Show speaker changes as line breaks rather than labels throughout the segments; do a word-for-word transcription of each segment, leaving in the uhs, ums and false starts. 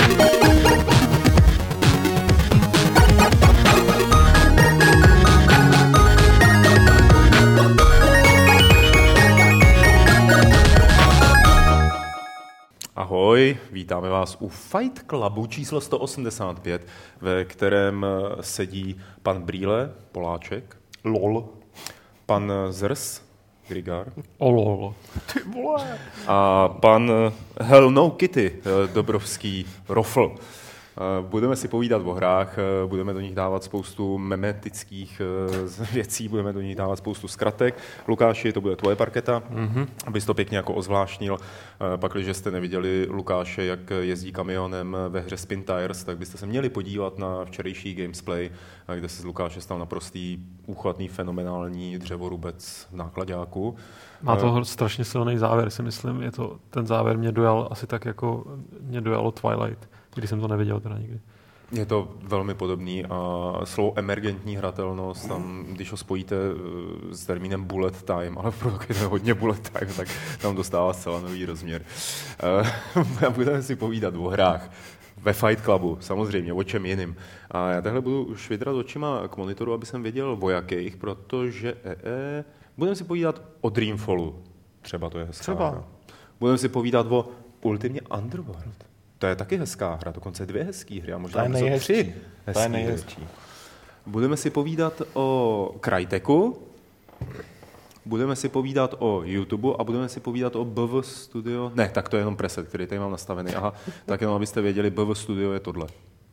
Ahoj, vítáme vás u Fight Clubu číslo sto osmdesát pět, ve kterém sedí pan Brýle, Poláček.
Lol.
Pan Zrs, Grigar.
O lol.
Ty vole.
A pan Hell No Kitty, Dobrovský Rofl. Budeme si povídat o hrách, budeme do nich dávat spoustu memetických věcí, budeme do nich dávat spoustu zkratek. Lukáši, to bude tvoje parketa, mm-hmm. abys to pěkně jako ozvláštnil. Pak, když jste neviděli Lukáše, jak jezdí kamionem ve hře Spin Tires, tak byste se měli podívat na včerejší gamesplay, kde se z Lukáše stal naprostý úchvatný, fenomenální dřevorubec v náklaďáku.
Má to strašně silný závěr, si myslím. Je to, ten závěr mě dojal asi tak, jako mě dojalo Twilight, když jsem to neviděl teda nikdy.
Je to velmi podobný a slovo emergentní hratelnost, tam, když ho spojíte s termínem bullet time, ale protože je hodně bullet time, tak tam dostává zcela nový rozměr. Budeme si povídat o hrách ve Fight Clubu, samozřejmě, o čem jiným. A já takhle budu švidrat očima k monitoru, aby jsem věděl o jakých, protože e, e, budeme si povídat o Dreamfallu, třeba to je hezká
Třeba.
hra. Budeme si povídat o Ultimate Underworld. To je taky hezká hra, dokonce dvě hezký hry a možná tři hezký hry. Budeme si povídat o Cryteku, budeme si povídat o YouTube a budeme si povídat o B V Studio. Ne, tak to je jenom preset, který tady mám nastavený. Aha, tak jenom abyste věděli, B V Studio je tohle.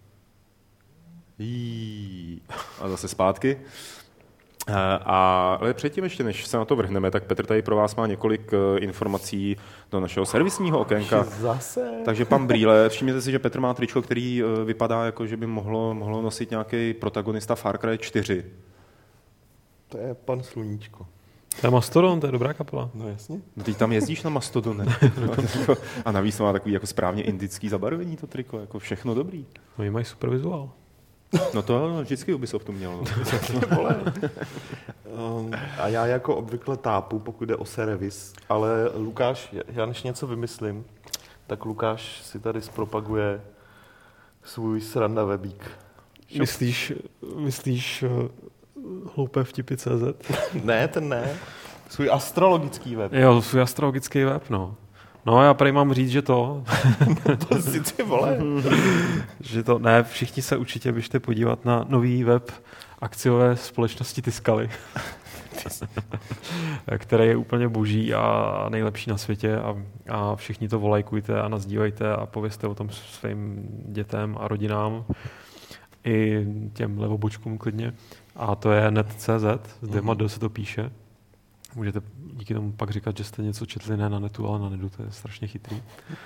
Jí. A zase zpátky. A, ale předtím ještě, než se na to vrhneme, tak Petr tady pro vás má několik informací do našeho servisního okénka.
Zase.
Takže pan Brýle, všimněte si, že Petr má tričko, který vypadá jako, že by mohlo, mohlo nosit nějaký protagonista Far Cry čtyři.
To je pan Sluníčko.
To je Mastodon, to je dobrá kapela.
No jasně.
No ty tam jezdíš na Mastodone. A navíc to má takový jako správně indický zabarvení, to triko, jako všechno dobrý.
Oni mají super vizuál.
No to no, vždycky Ubisoft to měl.
um, a já jako obvykle tápu, pokud jde o servis, ale Lukáš, já než něco vymyslím, tak Lukáš si tady zpropaguje svůj sranda webík.
Myslíš, myslíš uh, hloupé vtipy tečka cé zet?
Ne, ten ne. Svůj astrologický web.
Jo, svůj astrologický web, no. No já prý mám říct, že to...
To si ty vole.
že to, ne, všichni se určitě běžte podívat na nový web akciové společnosti Tiscaly, který je úplně boží a nejlepší na světě a, a všichni to volajkujte a nazdívejte a povězte o tom svým dětem a rodinám i těm levobočkům klidně. A to je net tečka cé zet, s dvěma D se to píše. Můžete díky tomu pak říkat, že jste něco četli ne na netu, ale na netu, to je strašně chytrý.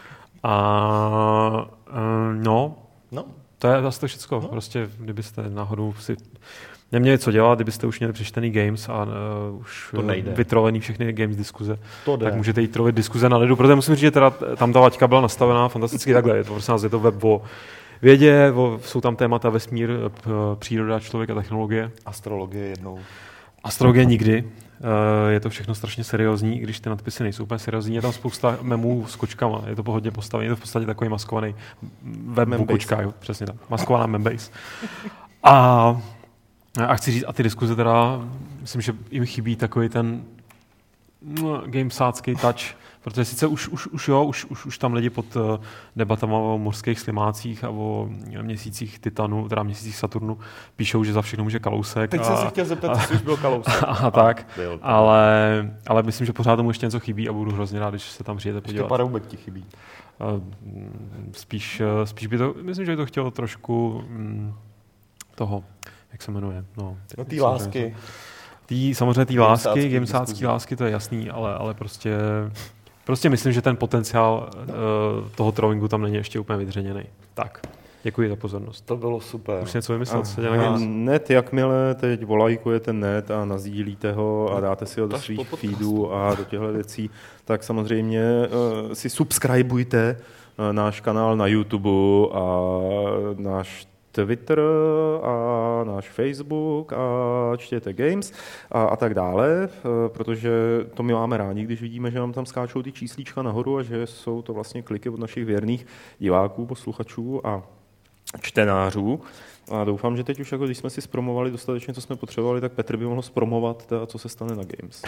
A no,
no.
to je zase to všecko. No. Prostě, kdybyste náhodou si neměli co dělat, kdybyste už měli přečtený games a uh, už vytrolený všechny games diskuze, tak můžete jít trolit diskuze na netu, protože musím říct, že teda tam ta laťka byla nastavená fantasticky takhle. Je to, prostě nás, je to web o vědě, o, jsou tam témata vesmír, příroda, člověk a technologie.
Astrologie jednou.
Astrologie nikdy. Je to všechno strašně seriózní, i když ty nadpisy nejsou úplně seriózní. Je tam spousta memů s kočkama. Je to hodně postavený. Je to v podstatě takový maskovaný web o kočkách. Přesně tak. Maskovaná membase. A, a chci říct, a ty diskuze teda, myslím, že jim chybí takový ten no, gamesácký touch, protože sice už, už, už, jo, už, už, už tam lidi pod uh, debatama o mořských slimácích a o měsících Titanu, teda měsících Saturnu, píšou, že za všechno může Kalousek.
Teď jsem se chtěl zeptat, jestli už byl Kalousek.
A, a, a tak, ale, ale myslím, že pořád tomu ještě něco chybí a budu hrozně rád, když se tam přijete podívat.
Ještě Paroubek ti chybí.
Uh, spíš, uh, spíš by to, myslím, že by to chtělo trošku um, toho, jak se jmenuje. No,
no té lásky.
Tý, samozřejmě té lásky, gamesácké lásky, to je jasný, ale, ale prostě... Prostě myslím, že ten potenciál uh, toho trollingu tam není ještě úplně vydřeněný. Tak, děkuji za pozornost.
To bylo super.
Už něco vymyslel?
A, a net, jakmile teď volajkujete net a nazdílíte ho a dáte si ho do svých feedů a do těchto věcí, tak samozřejmě uh, si subscribeujte uh, náš kanál na YouTube a náš Twitter a náš Facebook a čtěte Games a, a tak dále, protože to my máme rádi, když vidíme, že nám tam skáčou ty číslíčka nahoru a že jsou to vlastně kliky od našich věrných diváků, posluchačů a čtenářů. A doufám, že teď už, jako když jsme si zpromovali dostatečně, co jsme potřebovali, tak Petr by mohl zpromovat, teda, co se stane na Games.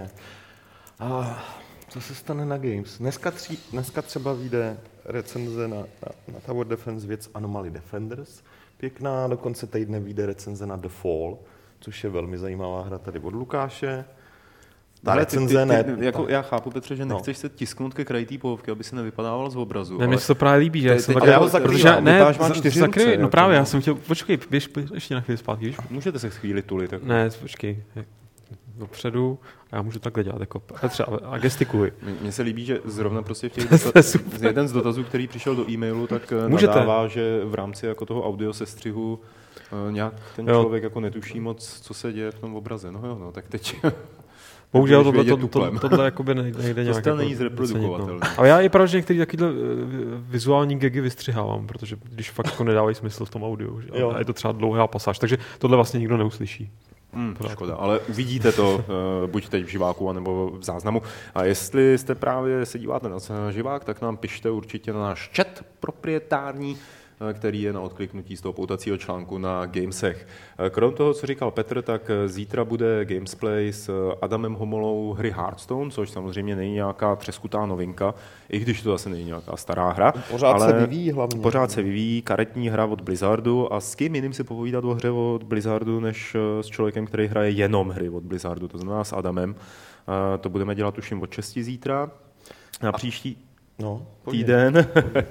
A co se stane na Games? Dneska, tři, dneska třeba vyjde recenze na, na, na Tower Defense věc Anomaly Defenders. Pěkná, do konce týdne vyjde recenze na The Fall, což je velmi zajímavá hra tady od Lukáše. Ta recenze
ty, ty, ty,
ne...
Jako, já chápu, Petře, že
no.
nechceš se tisknout ke kraji té pohovky, aby si nevypadával z obrazu.
Ne, mně se to právě líbí, že já jsem
tak já ho zakrývám.
Ne,
má čtyři
zakryj,
ruce,
no
jako,
právě,
no.
já jsem chtěl, počkej, běž ještě na chvíli zpátky, víš?
Můžete se chvíli tulit. Tak...
Ne, počkej, dopředu a já můžu takhle dělat, jako Petře, a gestikuluj.
Mně se líbí, že zrovna prostě v těch dotaz... jeden z dotazů, který přišel do e-mailu, tak Můžete. nadává, že v rámci jako toho audio sestřihu nějak ten jo. člověk jako netuší moc, co se děje v tom obraze. No jo, no, tak teď...
Bohužel tohle, to, to, tohle jakoby nejde
to
nějak...
To není zreprodukovatelné.
No. Ale já i pravda, že některé takovýhle vizuální gagy vystřihávám, protože když fakt jako nedávají smysl v tom audiu. Že? A je to třeba dlouhá pasáž, takže tohle vlastně nikdo neuslyší.
Hmm, škoda, ale uvidíte to uh, buď teď v živáku, anebo v záznamu. A jestli jste právě se díváte na živák, tak nám pište určitě na náš chat proprietární, který je na odkliknutí z toho poutacího článku na Gamesech. Krom toho, co říkal Petr, tak zítra bude Gamesplay s Adamem Homolou hry Hearthstone, což samozřejmě není nějaká třeskutá novinka, i když to zase není nějaká stará hra.
Pořád
ale
se vyvíjí hlavně.
Pořád se vyvíjí karetní hra od Blizzardu a s kým jiným si popovídat o hře od Blizzardu, než s člověkem, který hraje jenom hry od Blizzardu, to znamená s Adamem. To budeme dělat tuším od šesti zítra. Na příští...
No,
týden.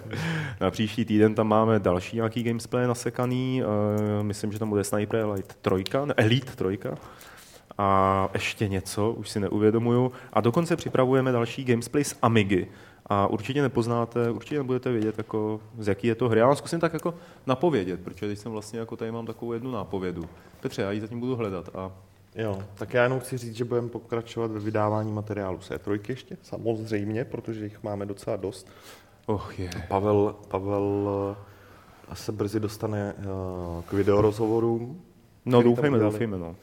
Na příští týden tam máme další nějaký gamesplay nasekaný. Uh, myslím, že tam bude Sniper Elite trojka, ne, Elite trojka. A ještě něco, už si neuvědomuju. A dokonce připravujeme další gamesplay s Amigy. A určitě nepoznáte, určitě nebudete vědět, jako, z jaký je to hry. Já vám zkusím tak jako napovědět, protože teď jsem vlastně jako tady mám takovou jednu nápovědu. Petře, já ji zatím budu hledat. A
Jo, tak já jenom chci říct, že budeme pokračovat ve vydávání materiálu C tři ještě, samozřejmě, protože jich máme docela dost.
Och je.
Pavel, Pavel se brzy dostane k videorozhovorům.
No doufejme, doufejme, no.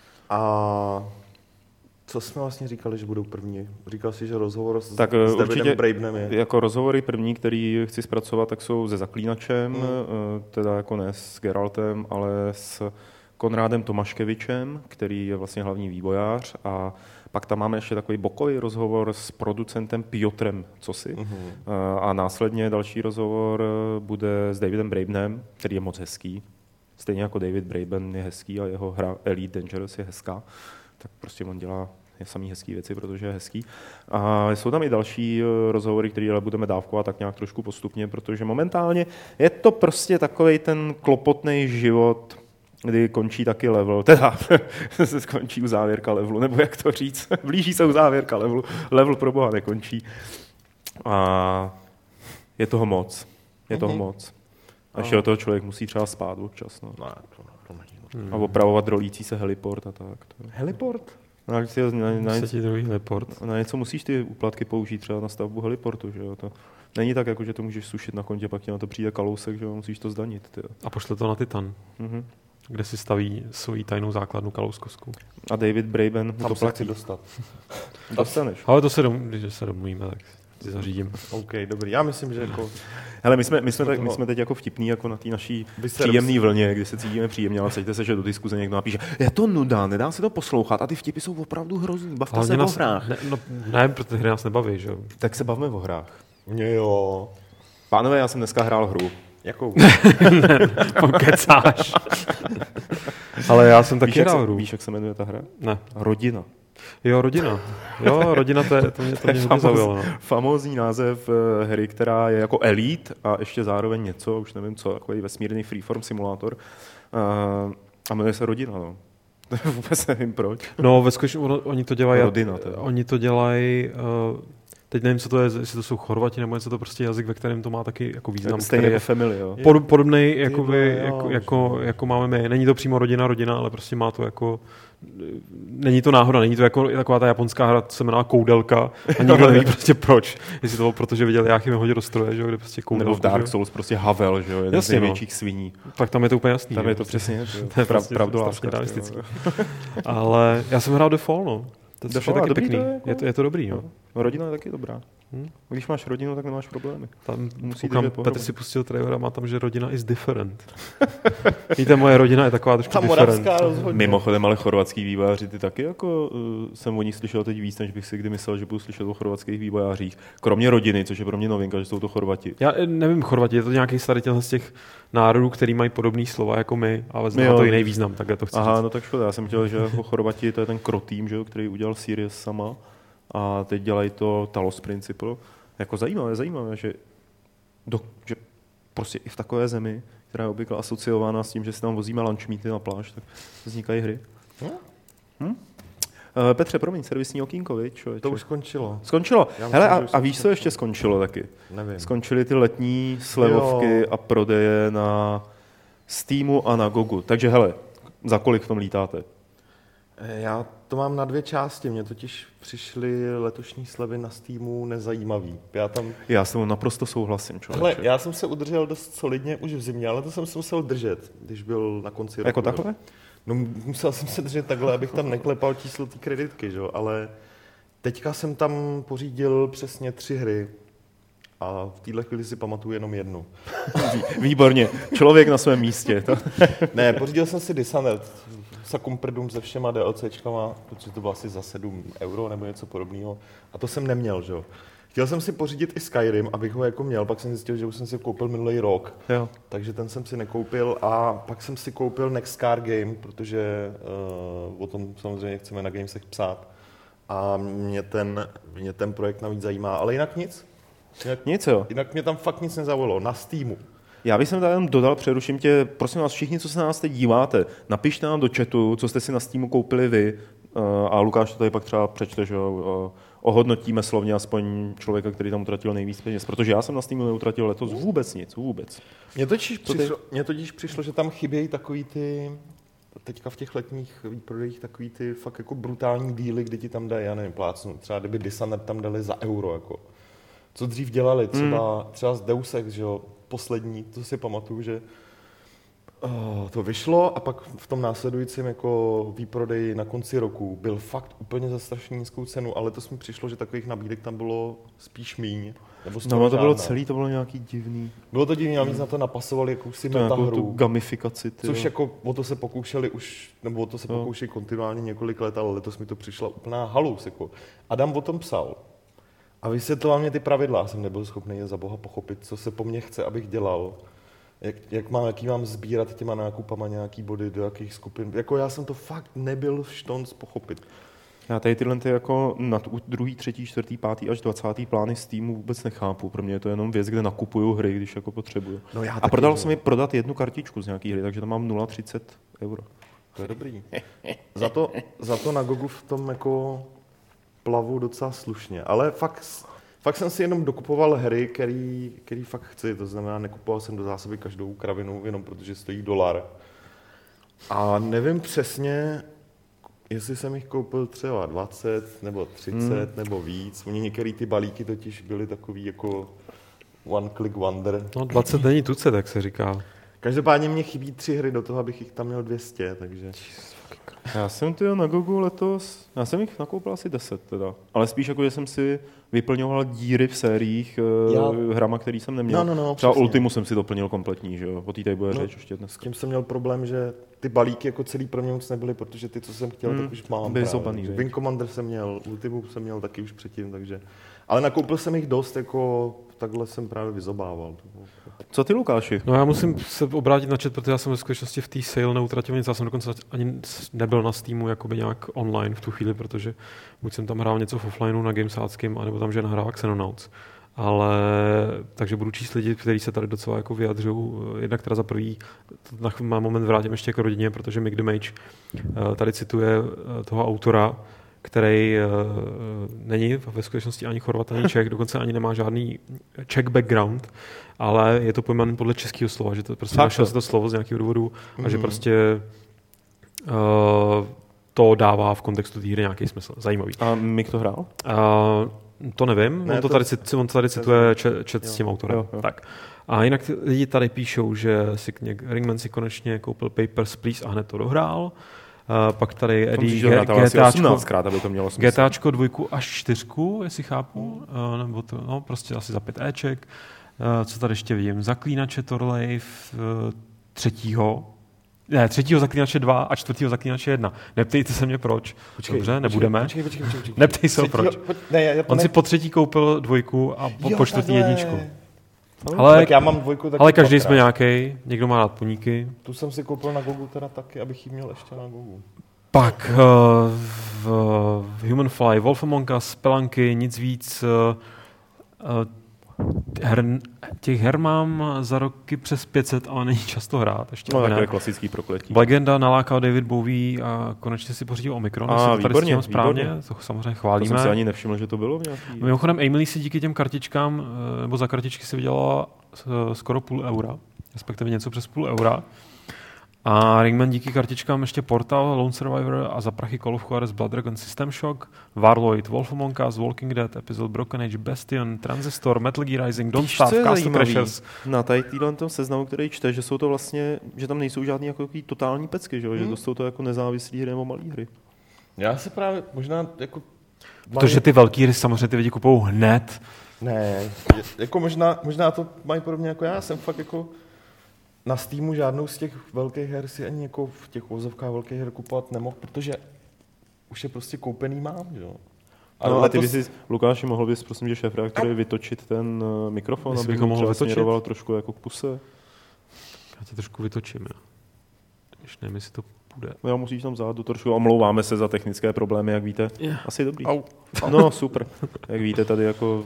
A co jsme vlastně říkali, že budou první? Říkal jsi, že rozhovor s,
tak,
s Davidem Brabenem je.
Jako rozhovory první, který chci zpracovat, tak jsou se Zaklínačem, mm. teda jako ne s Geraltem, ale s Konrádem Tomaškevičem, který je vlastně hlavní vývojář, a pak tam máme ještě takový bokový rozhovor s producentem Piotrem Cosi. Mm-hmm. A následně další rozhovor bude s Davidem Brabenem, který je moc hezký. Stejně jako David Braben je hezký a jeho hra Elite Dangerous je hezká, tak prostě on dělá je samý hezký věci, protože je hezký. A jsou tam i další rozhovory, které ale budeme dávkovat tak nějak trošku postupně, protože momentálně je to prostě takovej ten klopotný život, kdy končí taky level, teda se skončí u závěrka levelu, nebo jak to říct, blíží se u závěrka levelu, level pro boha nekončí. A je toho moc, je toho mm-hmm. moc. A ještě do toho člověk musí třeba spát občas. No.
No, to, to není.
A opravovat rolící se heliport a tak. To.
Heliport?
No, na, na, na, něco,
heliport.
na něco musíš ty úplatky použít, třeba na stavbu heliportu, že jo, to není tak, jako, že to můžeš sušit na kontě, pak ti na to přijde kalousek, že jo, musíš to zdanit. Tyjo.
A pošle to na Titan, mm-hmm. kde si staví svoji tajnou základnu Kalouskovskou.
A David Braben
mu to platí dostat.
Dostaneš.
Ale to se, dom, když se domluvíme, tak si zařídím.
OK, dobrý. Já myslím, že jako...
Hele, my jsme, my jsme, tak, my jsme teď jako vtipný jako na té naší příjemné vlně, kdy se cítíme příjemně, ale cítíte se, že do diskuze někdo napíše, je to nuda, nedá se to poslouchat a ty vtipy jsou opravdu hrozný, bavte ale se nás, o hrách.
Ne, no, ne, protože hry nás nebaví, že jo.
Tak se bavme o hrách.
Jo.
Pánové, já jsem dneska hrál hru.
Jakou?
Pokecáš. Ale já jsem taky hrál hru.
Víš, jak se jmenuje ta hra?
Ne.
Rodina.
Jo, rodina. Jo, rodina, to, je, to mě, to mě hodně zaujalo. No.
Famózní název hry, která je jako Elite a ještě zároveň něco, už nevím co, takový vesmírný freeform simulátor. A jmenuje se Rodina, no. Vůbec nevím proč.
No, ve skutečnosti oni to dělají...
Rodina, teda.
Oni to dělají... Uh, teď nevím, co to je, jestli to jsou Chorvati, nebo jestli to prostě jazyk, ve kterém to má taky jako význam.
Stejně
je
jako family, jo.
Pod, podobný, jakoby,
jo,
jako,
jo,
jako, jako máme my. Není to přímo rodina, rodina, ale prostě má to jako... Není to náhoda, není to jako taková ta japonská hra, co se jmenuje Koudelka a nikdo neví prostě proč. Jestli to bylo proto, že viděl Jáchymi hodně do stroje, že, kde prostě Koudelka.
Nebo v Dark Souls prostě Havel, že jo, jeden
Jasně,
z největších no. sviní.
Tak tam je to úplně jasný.
Tam
jo,
je to
prostě.
přesně,
to je prostě
pravdolářské.
realistický. Ale já jsem hrál The Fall, no. To je taky
dobrý,
pěkný.
To je, jako...
je, to, je to dobrý, no.
no. Rodina je taky dobrá.
Hmm.
Když máš rodinu, tak nemáš problémy.
Tam
musí
koukám, Petr si pustil trailer a má tam, že rodina is different. Víte, moje rodina je taková trošku different.
Mimochodem, ale chorvatský vývojáři, ty taky jako uh, jsem o nich slyšel teď víc, než bych si kdy myslel, že budu slyšet o chorvatských vývojářích. Kromě rodiny, což je pro mě novinka, že jsou to Chorvati.
Já nevím, Chorvati, je to nějaký starý z těch národů, který mají podobný slova jako my, ale znamená to jiný význam, tak to chci
Aha,
říct.
no tak škoda. Já jsem chtěl, že jako Chorvati, to je ten Krotým, že, který udělal Sirius sama a teď dělají to Talos Principle. Jako zajímavé, zajímavé, že, do, že prostě i v takové zemi, která je obvykle asociována s tím, že si tam vozíme lunchmeaty na pláž, tak vznikají hry. Hm? Hm? Uh, Petře, promiň, servisní okýnko, viď, člověče.
To už skončilo.
Skončilo.
Myslím,
hele, a, a víš,
skončilo.
co ještě skončilo taky?
Nevím.
Skončily ty letní slevovky
Jo.
a prodeje na Steamu a na Gogu. Takže hele, za kolik v tom lítáte?
Já to mám na dvě části, mně totiž přišly letošní slevy na Steamu nezajímavý. Já tam...
Já s tomu naprosto souhlasím, člověče.
Hele, já jsem se udržel dost solidně už v zimě, ale to jsem se musel držet, když byl na konci roku.
Jako takhle?
No musel jsem se držet takhle, abych tam neklepal číslo té kreditky, že? Ale teďka jsem tam pořídil přesně tři hry a v téhle chvíli si pamatuju jenom jednu.
Výborně, člověk na svém místě. To...
Ne, pořídil jsem si Dishonored, Sacrum Perdum se všema DLCčkama, protože to bylo asi za sedm euro nebo něco podobného. A to jsem neměl, že jo. Chtěl jsem si pořídit i Skyrim, abych ho jako měl, pak jsem zjistil, že už jsem si koupil minulý rok.
Jo.
Takže ten jsem si nekoupil a pak jsem si koupil Next Car Game, protože uh, o tom samozřejmě chceme na Gamesech psát. A mě ten, mě ten projekt navíc zajímá, ale jinak nic. Jinak,
Nic, jo.
Jinak mě tam fakt nic nezavolalo, na Steamu.
Já bych sem tady jenom dodal, přeruším tě, prosím vás všichni, co se na nás teď díváte, napište nám do chatu, co jste si na Steamu koupili vy a Lukáš to tady pak třeba přečte, že jo, ohodnotíme slovně aspoň člověka, který tam utratil nejvíc peněz, protože já jsem na Steamu neutratil letos vůbec nic, vůbec.
Mně totiž,
Co ty?
přišlo, mně totiž přišlo, že tam chybějí takový ty, teďka v těch letních výprodejích takový ty fakt jako brutální díly, kdy ti tam dají, já nevím, plácnu, třeba kdyby Dishonored tam dali za euro, jako. Co dřív dělali, třeba, třeba z Deus Ex, že jo, poslední, to si pamatuju, že oh, to vyšlo a pak v tom následujícím jako výprodej na konci roku byl fakt úplně za strašně nízkou cenu, ale to mi přišlo, že takových nabídek tam bylo spíš míň. Nebo
No to bylo celý, to bylo nějaký divný.
Bylo to divný, navíc na to napasovali jakousi
To nějakou tu
metahru.
gamifikaci. Ty,
Což
jo.
jako o to se pokoušeli už, nebo o to se
No.
pokoušeli kontinuálně několik let, ale letos mi to přišla úplná halus. Jako. Adam o tom psal a vysvětloval mě ty pravidla. Já jsem nebyl schopný je za boha pochopit, co se po mně chce, abych dělal. Jak, jak mám, jaký mám sbírat těma nákupama nějaký body, do jakých skupin. Jako já jsem to fakt nebyl štonc pochopit.
Já tady tyhle ty jako na tu druhý, třetí, čtvrtý, pátý až dvacátý plány z týmu vůbec nechápu. Pro mě je to jenom věc, kde nakupuju hry, když jako potřebuju.
No já
A
taky,
prodal
že
jsem
jo.
mi prodat jednu kartičku z nějaký hry, takže tam mám nula celá třicet euro.
To je dobrý. za, to, za to na Gogu v tom jako plavu docela slušně, ale fakt, fakt jsem si jenom dokupoval hry, který, který fakt chci, to znamená, nekupoval jsem do zásoby každou kravinu, jenom protože stojí dolar. A nevím přesně, jestli jsem jich koupil třeba dvacet nebo třicet hmm. nebo víc. Oni některé ty balíky totiž byly takový jako one click wonder.
No dvacet není tucet, jak se říká.
Každopádně mě chybí tři hry do toho, abych jich tam měl dvě stě, takže...
Já jsem ty na Gogu letos, já jsem jich nakoupil asi deset teda, ale spíš jako, že jsem si vyplňoval díry v sériích já... hrama, který jsem neměl.
No, no, no,
třeba
přesně.
Ultimu jsem si doplnil kompletní, že jo, o té tady bude
No,
řeč ještě
S
dneska.
tím jsem měl problém, že ty balíky jako celý pro mě moc nebyly, protože ty, co jsem chtěl,
Hmm,
tak už mám
byly
právě.
zobaný,
Takže
viď?
Wing Commander jsem měl, Ultimu jsem měl taky už předtím, takže... Ale nakoupil jsem jich dost, jako takhle jsem právě vyzobával.
Co ty, Lukáši?
No já musím se obrátit na chat, protože já jsem ve skutečnosti v té sale neutratil nic, já jsem dokonce ani nebyl na Steamu jakoby nějak online v tu chvíli, protože buď jsem tam hrál něco v offlineu na Gamesáckým, anebo tam, že nahrál Xenonauts. Ale takže budu číst lidi, kteří se tady docela jako vyjadřují. Jednak teda za prvý, na moment vrátím ještě k rodině, protože Mick the Mage tady cituje toho autora, který uh, není ve skutečnosti ani Chorvat, ani Čech, dokonce ani nemá žádný Czech background, ale je to pojmenovaný podle českého slova, že to prostě našel si to slovo z nějakého důvodu mm. a že prostě uh, to dává v kontextu té hry nějaký smysl. Zajímavý.
A Mik to hrál?
Uh, to nevím, ne, on, to tady, to, on to tady cituje chat s tím autorem. Jo, jo. Tak. A jinak lidi tady píšou, že si Ringman si konečně koupil Papers, Please a hned to dohrál. Uh, pak tady Eddie
GTAčko, aby to mělo smysl.
GTAčko dvojku až čtyřku, jestli chápu, uh, nebo to, no, prostě asi za pět éček. Uh, co tady ještě vidím? Zaklínače Torlej uh, třetího, ne, třetího Zaklínače dva a čtvrtýho Zaklínače jedna. Neptejte se mě proč. Počkej, Dobře, nebudeme. Počkej, počkej, počkej, počkej. Neptej se proč. Ne, já, já On ne... si po třetí koupil dvojku a po, jo, po čtvrtý jedničku. Ale, tak já mám dvojku taky. Ale každý jsme nějaký, někdo má rád poníky.
Tu jsem si koupil na Gogu teda taky, abych ji měl ještě na Gogu.
Pak uh, v, v Human Fly, Wolf Among Us, Spelunky, nic víc. Uh, her, těch her mám za roky přes pět set, ale není často hrát. Ještě
no, takové klasický prokletí.
Legenda nalákal David Bowie a konečně si pořídil Omikron. A výborně, správně, výborně. To samozřejmě chválíme.
To jsem si ani nevšiml, že to bylo v nějaký...
Mimochodem, Emily si díky těm kartičkám, nebo za kartičky si vydělala skoro půl eura, respektive něco přes půl eura. A Ringman díky kartičkám ještě Portal, Lone Survivor a za prachy Call of Juarez, Blood Dragon, System Shock, Warlord, Wolf Among Us, Walking Dead, Episode Broken Age, Bastion, Transistor, Metal Gear Rising, Don't Starve, Castle Crashers.
Na tady tom seznamu, který čte, že jsou to vlastně, že tam nejsou žádný jako totální pecky, že, hmm. že to jsou to jako nezávislý hry nebo malý hry.
Já se právě možná jako...
Protože ty velký hry samozřejmě ty lidi kupou hned.
Ne, jako možná, možná to mají podobně jako já, jsem fakt jako... Na Steamu žádnou z těch velkých her si ani jako v těch ozovkách velkých her kupovat nemohl, protože už je prostě koupený mám, jo.
A no, letos... ty bys, Lukáši, mohl bys, prosím, že šéfredaktor no. vytočit ten uh, mikrofon, aby ho mohl směroval trošku jako k puse?
Já tě trošku vytočím, jo. Když nevím, jestli to půjde.
No, musíš tam zádu trošku, omlouváme se za technické problémy, jak víte.
Yeah.
Asi dobrý.
Au.
No, super. Jak víte, tady jako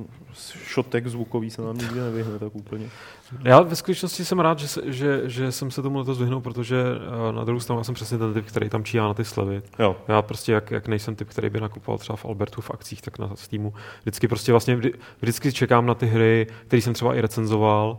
šotek zvukový se nám nikdy nevyhne tak úplně.
Já ve skutečnosti jsem rád, že, se, že, že jsem se tomu letos vyhnul, protože na druhou stranu já jsem přesně ten typ, který tam číhá na ty slevy. Jo. Já prostě, jak, jak nejsem typ, který by nakupoval třeba v Albertu v akcích, tak na Steamu. Vždycky prostě vlastně, vždy, vždycky čekám na ty hry, které jsem třeba i recenzoval,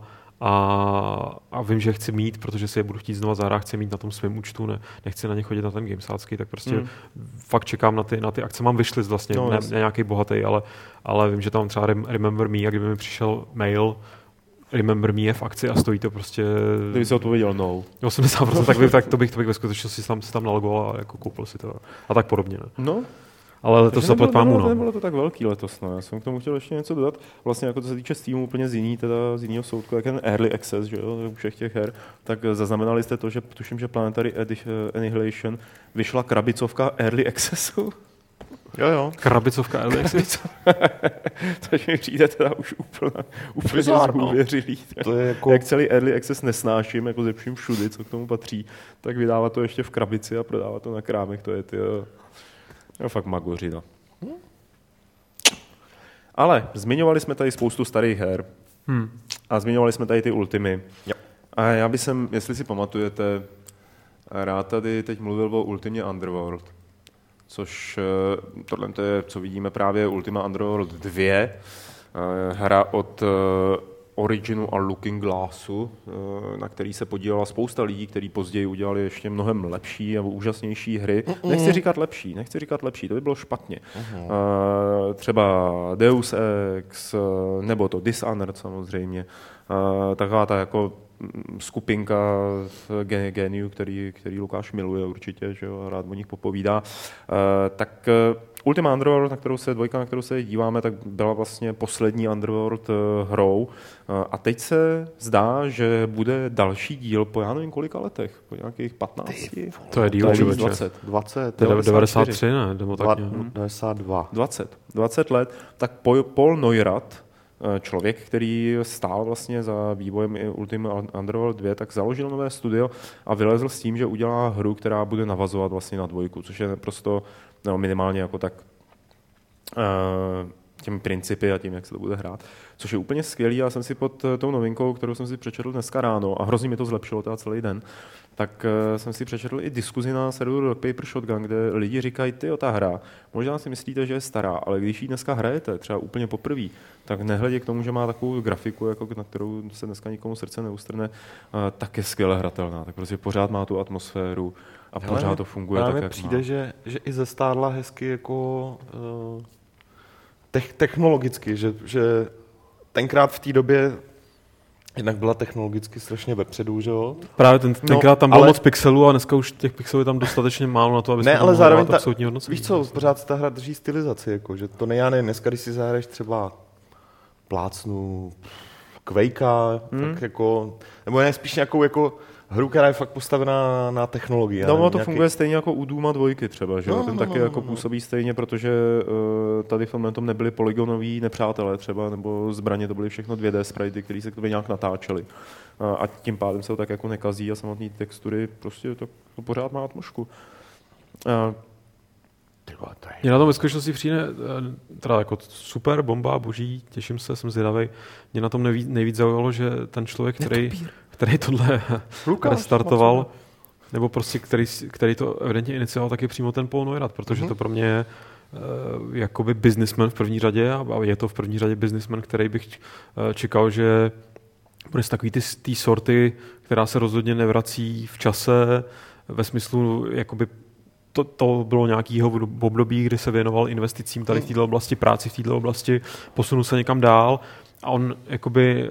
A, a vím, že chci mít, protože si je budu chtít znova zahrát, chci mít na tom svém účtu, ne, nechci na ně chodit na ten gamesácký, tak prostě mm. fakt čekám na ty, na ty akce. Mám wishlist vlastně, no, ne, ne nějaký bohatý, ale, ale vím, že tam třeba Remember Me, a kdyby mi přišel mail, Remember Me je v akci a stojí to prostě...
Kdyby si odpověděl no.
osmdesát procent, tak, by, tak to bych, to bych ve skutečnosti tam, tam nalogoval a jako koupil si to. A tak podobně. Ne?
No.
Ale letos zaplat pámu, no.
Nebylo to tak velký letos, no. Já jsem k tomu chtěl ještě něco dodat. Vlastně jako to se týče Steamu úplně z jiný, teda z jiného soudku, jak ten Early Access, že jo, u všech těch her, tak zaznamenali jste to, že tuším, že Planetary Annihilation vyšla krabicovka Early Accessu.
Jo, jo. Krabicovka Early Access.
Což mi přijde teda už úplně, úplně zůvěřilý. To je jako... Jak celý Early Access nesnáším, jako ze vším všudy, co k tomu patří, tak vydává to ještě v krabici a prodává to na krámech, to je ty... Jo, fakt magoři, no. Hmm. Ale zmiňovali jsme tady spoustu starých her hmm. a zmiňovali jsme tady ty Ultimy. Jo. A já bych sem, jestli si pamatujete, rád tady teď mluvil o Ultimě Underworld, což tohle je, co vidíme právě Ultima Underworld dva, hra od Originu a Looking Glassu, na který se podílela spousta lidí, kteří později udělali ještě mnohem lepší nebo úžasnější hry. Mm-mm. Nechci říkat lepší, nechci říkat lepší, to by bylo špatně. Mm-hmm. Uh, třeba Deus Ex, nebo to Dishonored samozřejmě. Uh, taková ta jako skupinka geniů, který, který Lukáš miluje určitě, že jo, rád o nich popovídá. Uh, tak uh, Ultima Underworld, na kterou se dvojka, na kterou se díváme, tak byla vlastně poslední Underworld uh, hrou. Uh, a teď se zdá, že bude další díl po já nevím kolika letech, po nějakých patnácti.
To je díl,
dvacet. dvacet.
To je devadesát tři, ne? Nebo tak
devadesát dva.
dvacet. dvacet let. Tak Paul Neurath, člověk, který stál vlastně za vývojem Ultima Underworld dva, tak založil nové studio a vylezl s tím, že udělá hru, která bude navazovat vlastně na dvojku, což je naprosto no, minimálně jako tak uh, těmi principy a tím, jak se to bude hrát. Což je úplně skvělý. Já jsem si pod tou novinkou, kterou jsem si přečetl dneska ráno, a hrozně mi to zlepšilo teda celý den, tak uh, jsem si přečetl i diskuzi na serveru Rock Paper Shotgun, kde lidi říkají, tyjo, ta hra, možná si myslíte, že je stará, ale když ji dneska hrajete, třeba úplně poprvé, tak nehledě k tomu, že má takovou grafiku, jako na kterou se dneska nikomu srdce neustrne, uh, tak je skvěle hratelná. Tak prostě pořád má tu atmosféru a
Hele,
pořád to funguje tak, jak
přijde,
má.
Že, že i zestárla hezky jako uh, te- technologicky, že, že tenkrát v té době jednak byla technologicky strašně vepředu, že jo?
Právě ten, tenkrát
no,
tam bylo
ale...
moc pixelů a dneska už těch pixelů je tam dostatečně málo na to, aby
ne,
se
ale zároveň ta,
absolutní hodnocení.
Víš co, pořád ta hra drží stylizaci, jako, že to ne, já ne, dneska, když si zahraješ třeba plácnu Quakea, hmm. tak jako, nebo ne, spíš nějakou jako hru, která je fakt postavená na, na technologii.
No,
nevím,
to
nějaký...
funguje stejně jako u Dooma dvojky třeba, že jo?
No,
Ten
no,
taky
no,
jako
no,
působí stejně, protože uh, tady v tomhle tom nebyli polygonoví nepřátelé třeba, nebo zbraně, to byly všechno dvě dé sprite, které se k tobě nějak natáčely. Uh, a tím pádem se to tak jako nekazí a samotné textury prostě to, to pořád má atmosféru. Uh,
Mně na tom ve skutečnosti přijde teda jako super, bomba, boží, těším se, jsem zvědavej. Mě na tom nejvíc, nejvíc zaujalo, že ten člověk, který, který tohle restartoval, nebo prostě který, který to evidentně inicioval, tak je přímo ten Paul Neurath, protože mm-hmm. to pro mě je uh, jakoby businessman v první řadě a je to v první řadě businessman, který bych uh, čekal, že bude z takový ty, ty sorty, která se rozhodně nevrací v čase, ve smyslu jakoby To, to bylo nějakýho období, kdy se věnoval investicím tady v této oblasti, práci v této oblasti, posunul se někam dál a on jakoby,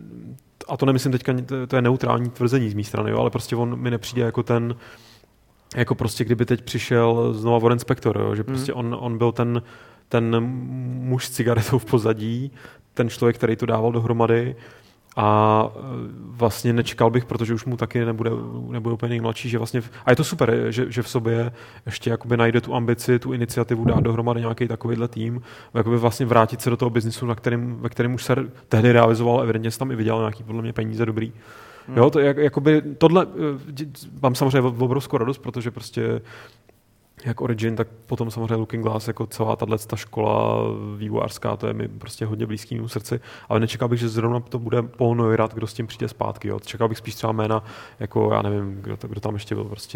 a to nemyslím teďka, to je neutrální tvrzení z mé strany, jo, ale prostě on mi nepřijde jako ten, jako prostě kdyby teď přišel znova Warren Spector, jo, že prostě on, on byl ten, ten muž s cigaretou v pozadí, ten člověk, který to dával dohromady. A vlastně nečekal bych, protože už mu taky nebude, nebude úplně nejmladší, že vlastně, a je to super, že, že v sobě ještě jakoby najde tu ambici, tu iniciativu dát dohromady nějaký takovýhle tým, jakoby vlastně vrátit se do toho biznisu, na kterým, ve kterém už se tehdy realizoval, evidentně se tam i vydělal nějaký podle mě peníze dobrý. Hmm. Jo, to jak, jakoby tohle, mám samozřejmě obrovskou radost, protože prostě jak Origin, tak potom samozřejmě Looking Glass, jako celá tato škola vývojářská, to je mi prostě hodně blízký mému srdci, ale nečekal bych, že zrovna to bude Paul Neurath, kdo s tím přijde zpátky. Jo. Čekal bych spíš třeba jména, jako já nevím, kdo, to, kdo tam ještě byl, prostě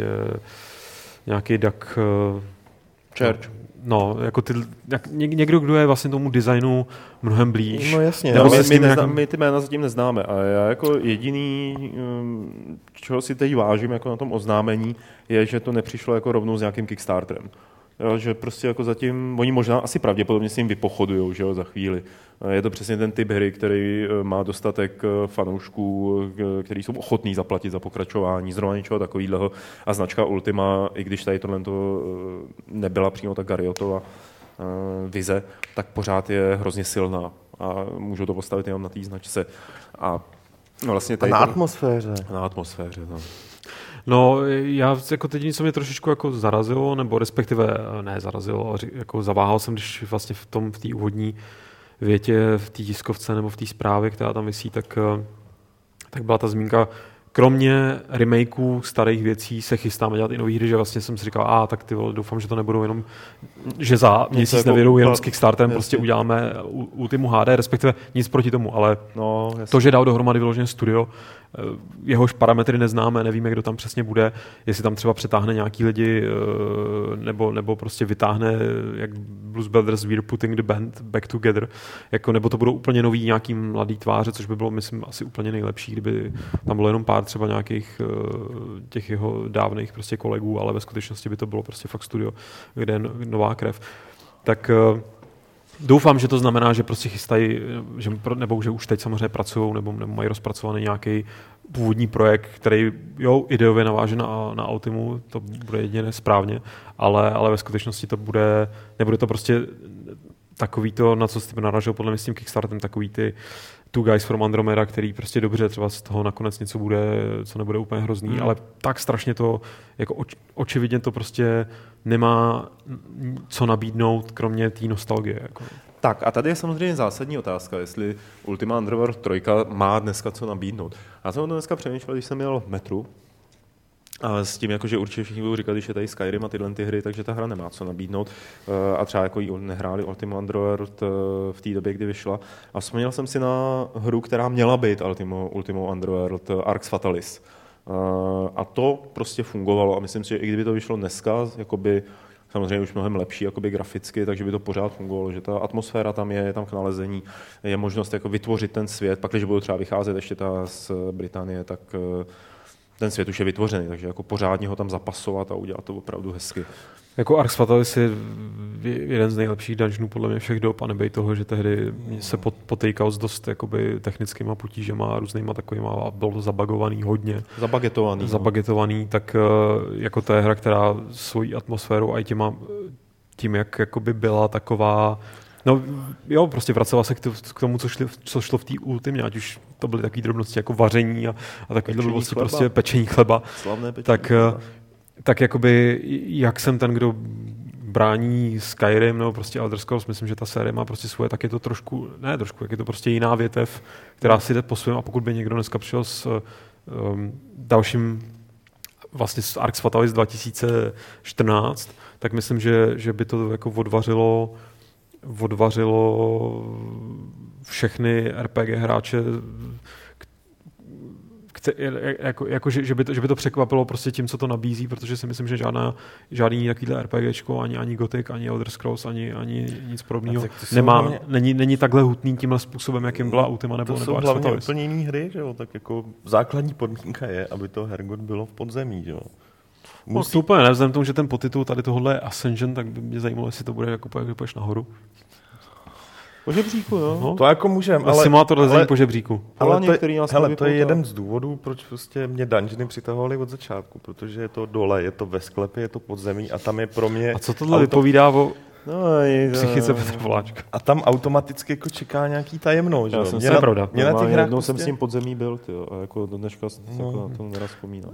nějaký Duck...
Church.
No, jako ty, jak, někdo, kdo je vlastně tomu designu mnohem blíž.
No jasně.
No, my, my, nezná,
nějakým...
my ty jména zatím neznáme a já jako jediný, čeho si teď vážím jako na tom oznámení, je, že to nepřišlo jako rovnou s nějakým Kickstarterem. Jo, že prostě jako zatím, oni možná asi pravděpodobně si jim vypochodujou, že jo, za chvíli. Je to přesně ten typ hry, který má dostatek fanoušků, kteří jsou ochotní zaplatit za pokračování, zrovna něčeho takového. A značka Ultima, i když tady tohle nebyla přímo ta Gariotova vize, tak pořád je hrozně silná a můžou to postavit jenom na té značce. A vlastně tady
a na
ten,
atmosféře.
Na atmosféře, no.
No, já jako teď něco mě trošičku jako zarazilo, nebo respektive ne zarazilo, ale jako zaváhal jsem, když vlastně v tom, v té úvodní větě, v té tiskovce nebo v té zprávě, která tam visí, tak, tak byla ta zmínka, kromě remakeů starých věcí se chystáme dělat i nový hry, že vlastně jsem si říkal, a tak ty vole, doufám, že to nebudou jenom, že za měsíc jako nevědou jenom s Kickstarterem, prostě uděláme Ultimu H D, respektive nic proti tomu, ale
no,
to, že dal dohromady vyloženě studio, jehož parametry neznáme, nevíme, kdo tam přesně bude, jestli tam třeba přetáhne nějaký lidi, nebo, nebo prostě vytáhne, jak Blues Brothers We're Putting the Band Back Together, jako, nebo to budou úplně nový nějaký mladý tváře, což by bylo, myslím, asi úplně nejlepší, kdyby tam bylo jenom pár třeba nějakých těch jeho dávných prostě kolegů, ale ve skutečnosti by to bylo prostě fakt studio, kde je nová krev. Tak doufám, že to znamená, že prostě chystají, že, nebo že už teď samozřejmě pracují, nebo, nebo mají rozpracovaný nějaký původní projekt, který jo, ideově naváže na, na Ultimu, to bude jedině správně, ale, ale ve skutečnosti to bude, nebude to prostě takový to, na co jste naražil podle mě s tím Kickstarterem, takový ty Two Guys from Andromeda, který prostě dobře, třeba z toho nakonec něco bude, co nebude úplně hrozný, hmm. ale tak strašně to, jako oč, očividně to prostě nemá co nabídnout, kromě té nostalgie. Jako.
Tak a tady je samozřejmě zásadní otázka, jestli Ultima Underworld tři má dneska co nabídnout. Já jsem o tom dneska přemýšlel, když jsem jel v metru A s tím, jako, že určitě všichni budou říkat, když je tady Skyrim a tyhle ty hry, takže ta hra nemá co nabídnout. A třeba jako jí nehráli Ultima Underworld v té době, kdy vyšla. A vzpomněl jsem si na hru, která měla být Ultima, Ultima Underworld, Arx Fatalis. A to prostě fungovalo a myslím si, že i kdyby to vyšlo dneska, jakoby samozřejmě už mnohem lepší jakoby graficky, takže by to pořád fungovalo, že ta atmosféra tam je, je tam k nalezení, je možnost jako vytvořit ten svět, pak když budou třeba vycházet ještě ta z Británie, tak ten svět už je vytvořený, takže jako pořádně ho tam zapasovat a udělat to opravdu hezky.
Jako Arx Fatalis je jeden z nejlepších dungeonů podle mě všech dob a nebej toho, že tehdy se potejkal s dost jakoby technickýma potížema a různýma takovýma a byl to zabagovaný hodně.
Zabagetovaný.
Zabagetovaný, no. Tak jako to je hra, která svojí atmosférou a i těma, tím, jak jakoby byla taková. No jo, prostě vracela se k tomu, co, šli, co šlo v té Ultimě, ať už to byly takové drobnosti jako vaření a, a takové drobnosti, prostě pečení chleba.
Slavné pečení
tak,
chleba.
Tak jakoby, jak jsem ten, kdo brání Skyrim nebo prostě Elder Scrolls, myslím, že ta série má prostě svoje, tak je to trošku, ne trošku, jak je to prostě jiná větev, která si jde po svém a pokud by někdo dneska přišel s um, dalším vlastně s Arx Fatalis dva tisíce čtrnáct, tak myslím, že, že by to jako odvařilo odvařilo všechny R P G hráče, kte, jako, jako že, že, by to, že by to překvapilo prostě tím, co to nabízí, protože si myslím, že žádná, žádný takovýhle RPGčko, ani, ani Gothic, ani Elder Scrolls, ani, ani nic podobného nemá, hlavně, není, není takhle hutný tímhle způsobem, jakým byla Ultima nebo
to
nebo
jsou hlavně úplně jiný hry, že jo? Tak jako základní podmínka je, aby to Hergot bylo v podzemí, že jo?
Musí... No, to úplně nevzhledem tomu, že ten podtitul tady tohle je Ascension, tak by mě zajímalo, jestli to bude jako jak půjdeš nahoru.
Po žebříku, jo.
No, to jako můžem, ale...
Simulátor lezení po žebříku.
Ale, ale to, je, hele, to je jeden z důvodů, proč prostě mě dungeony přitahovaly od začátku, protože je to dole, je to ve sklepě, je to pod zemí a tam je pro mě...
A co tohle auto... vypovídá o
no, je to...
psychice Petra Poláčka?
A tam automaticky jako čeká nějaký tajemno, že jo?
Jsem
mě
na,
na,
pravda.
Mě na těch hrách
jednou
prostě...
jsem s tím podzemí byl, tyjo, a jako do dneška no. jako na tom nerad vzpomínám.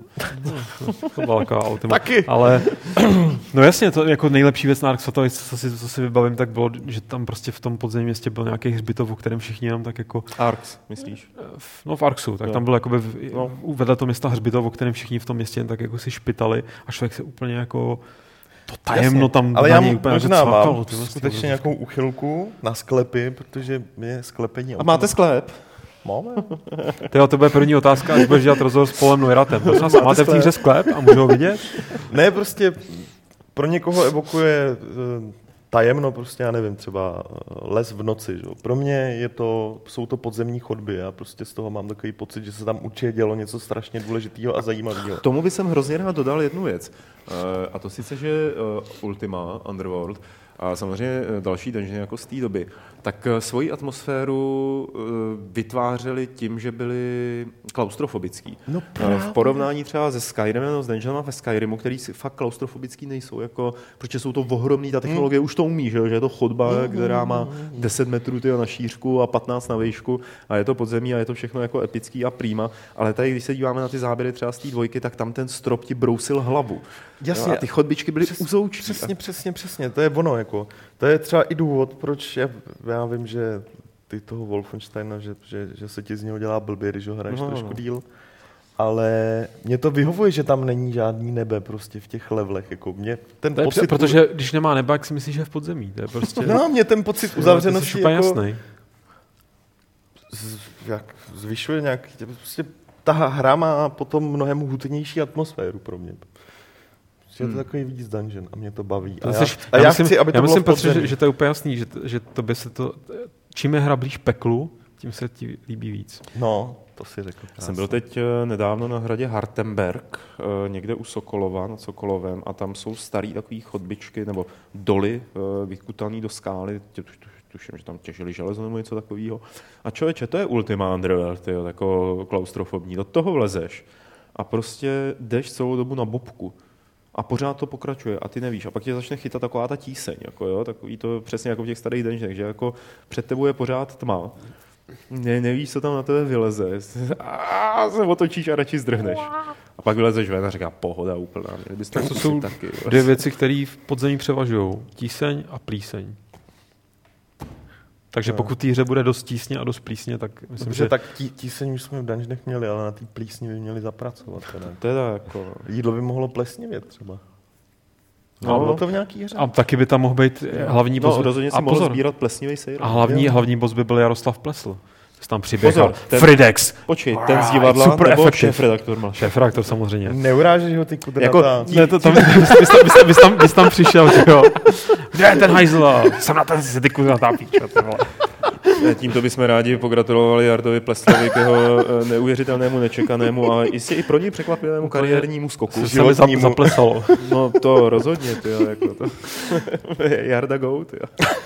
To byla taková Ultima.
Taky!
Ale, no jasně, to jako nejlepší věc na Arx Fatalis, co si, co si vybavím, tak bylo, že tam prostě v tom podzemním městě byl nějaký hřbitov, o kterém všichni jenom tak jako...
Arx, myslíš?
No v Arxu, tak jo. Tam byl jakoby v, no. vedle toho města hřbitov, o kterém všichni v tom městě jen tak jako si špitali a člověk se úplně jako... To tajemno tam
ale já
úplně
možná
jako
mám
cvakalo,
skutečně nějakou uchylku na sklepy, protože je sklepení.
A máte sklep?
Máme.
Tyjo, to bude první otázka, až budeš dělat rozhovor s Polem Neuratem. Máte, máte v té hře sklep a můžu ho vidět?
Ne, prostě pro někoho evokuje tajemno, prostě já nevím, třeba les v noci. Že? Pro mě je to, jsou to podzemní chodby. Já prostě z toho mám takový pocit, že se tam určitě dělo něco strašně důležitého a zajímavého.
K tomu bych jsem hrozně rád dodal jednu věc. A to sice, že Ultima Underworld a samozřejmě další dungeony jako z té doby, tak svoji atmosféru vytvářeli tím, že byli klaustrofobický.
No
v porovnání třeba se Skyrimem, no, s dungeonama ve Skyrimu, který fakt klaustrofobický nejsou, jako, protože jsou to ohromný, ta technologie mm. už to umí, že, že je to chodba, mm. která má deset metrů tyjo, na šířku a patnáct na výšku a je to podzemí a je to všechno jako epický a prýma, ale tady, když se díváme na ty záběry třeba z té dvojky, tak tam ten strop ti brousil hlavu.
Jasně.
No, a ty chodbičky byly uzoučí.
Přesně, přesně, přesně, to je ono, jako. To je třeba i důvod, proč já, já vím, že ty toho Wolfensteina, že, že, že se ti z něho dělá blbě, když ho hraješ no, trošku no. díl, ale mě to vyhovuje, že tam není žádný nebe prostě v těch levelech, jako mě ten
to
pocit...
Je, protože když nemá nebe, jak si myslíš, že je v podzemí, to je prostě...
No, mě ten pocit uzavřenosti jako...
jasný.
Z, jak zvyšuje nějaký... Prostě ta hra má potom mnohem hutnější atmosféru pro mě. Je to takový víc dungeon a mě to baví. A, já, a já, já myslím, chci, aby to
já
bylo
myslím, Petře, že, že to je úplně jasný, že, že to by se to... Čím je hra blíž peklu, tím se ti líbí víc.
No, to si řekl.
Já jsem byl teď nedávno na hradě Hartenberg, někde u Sokolova, nad Sokolovem, a tam jsou starý takový chodbičky, nebo doly vykutaný do skály, tuším, že tam těžili železo nebo něco takového. A člověče, to je Ultima Underworld, jo, jako klaustrofobní, do toho vlezeš a prostě jdeš celou dobu na bobku. A pořád to pokračuje a ty nevíš. A pak tě začne chytat taková ta tíseň, jako jo, takový to přesně jako v těch starých dungeonech, že jako před tebou je pořád tma. Ne, nevíš, co tam na tebe vyleze. A se otočíš a radši zdrhneš. A pak vylezeš ven a říká pohoda úplná.
Tak to jsou taky, dvě věci, které v podzemí převažují. Tíseň a plíseň. Takže
no.
pokud té hře bude dost tísně a dost plísně, tak myslím,
Dobře,
že...
tak tí, tíseň už jsme v dungeonech měli, ale na té plísni by měli zapracovat. Teda.
Teda jako...
Jídlo by mohlo plesnivět třeba.
No,
No, bylo to v nějaký hře.
A taky by tam mohl být hlavní boss.
No, rozhodně
a
si mohl
pozor.
sbírat plesnivý sejr.
A hlavní, hlavní boss by byl Jaroslav Plesl. Jsi tam přiběhal.
Pozor, ten-
Fridex.
Počkej, ten z divadla
Super
nebo
efektiv.
šéfredaktor mal.
Šéfredaktor samozřejmě.
Neurážeš ho ty kudrnatá.
Jako
Ne, to tam, bys, bys, tam, bys, tam, bys, tam, bys tam přišel, že jo. Kde je ten hajzl? Jsem na ten si ty kudrnatá píča, ty vole.
Tímto bychom rádi pogratulovali Jardovi Pleslovi k jeho eh, neuvěřitelnému, nečekanému a jistě i pro něj překvapivému kariérnímu skoku.
Se mi zap- zaplesalo.
No to rozhodně, tyjo, jako to. Jarda Go, tyjo.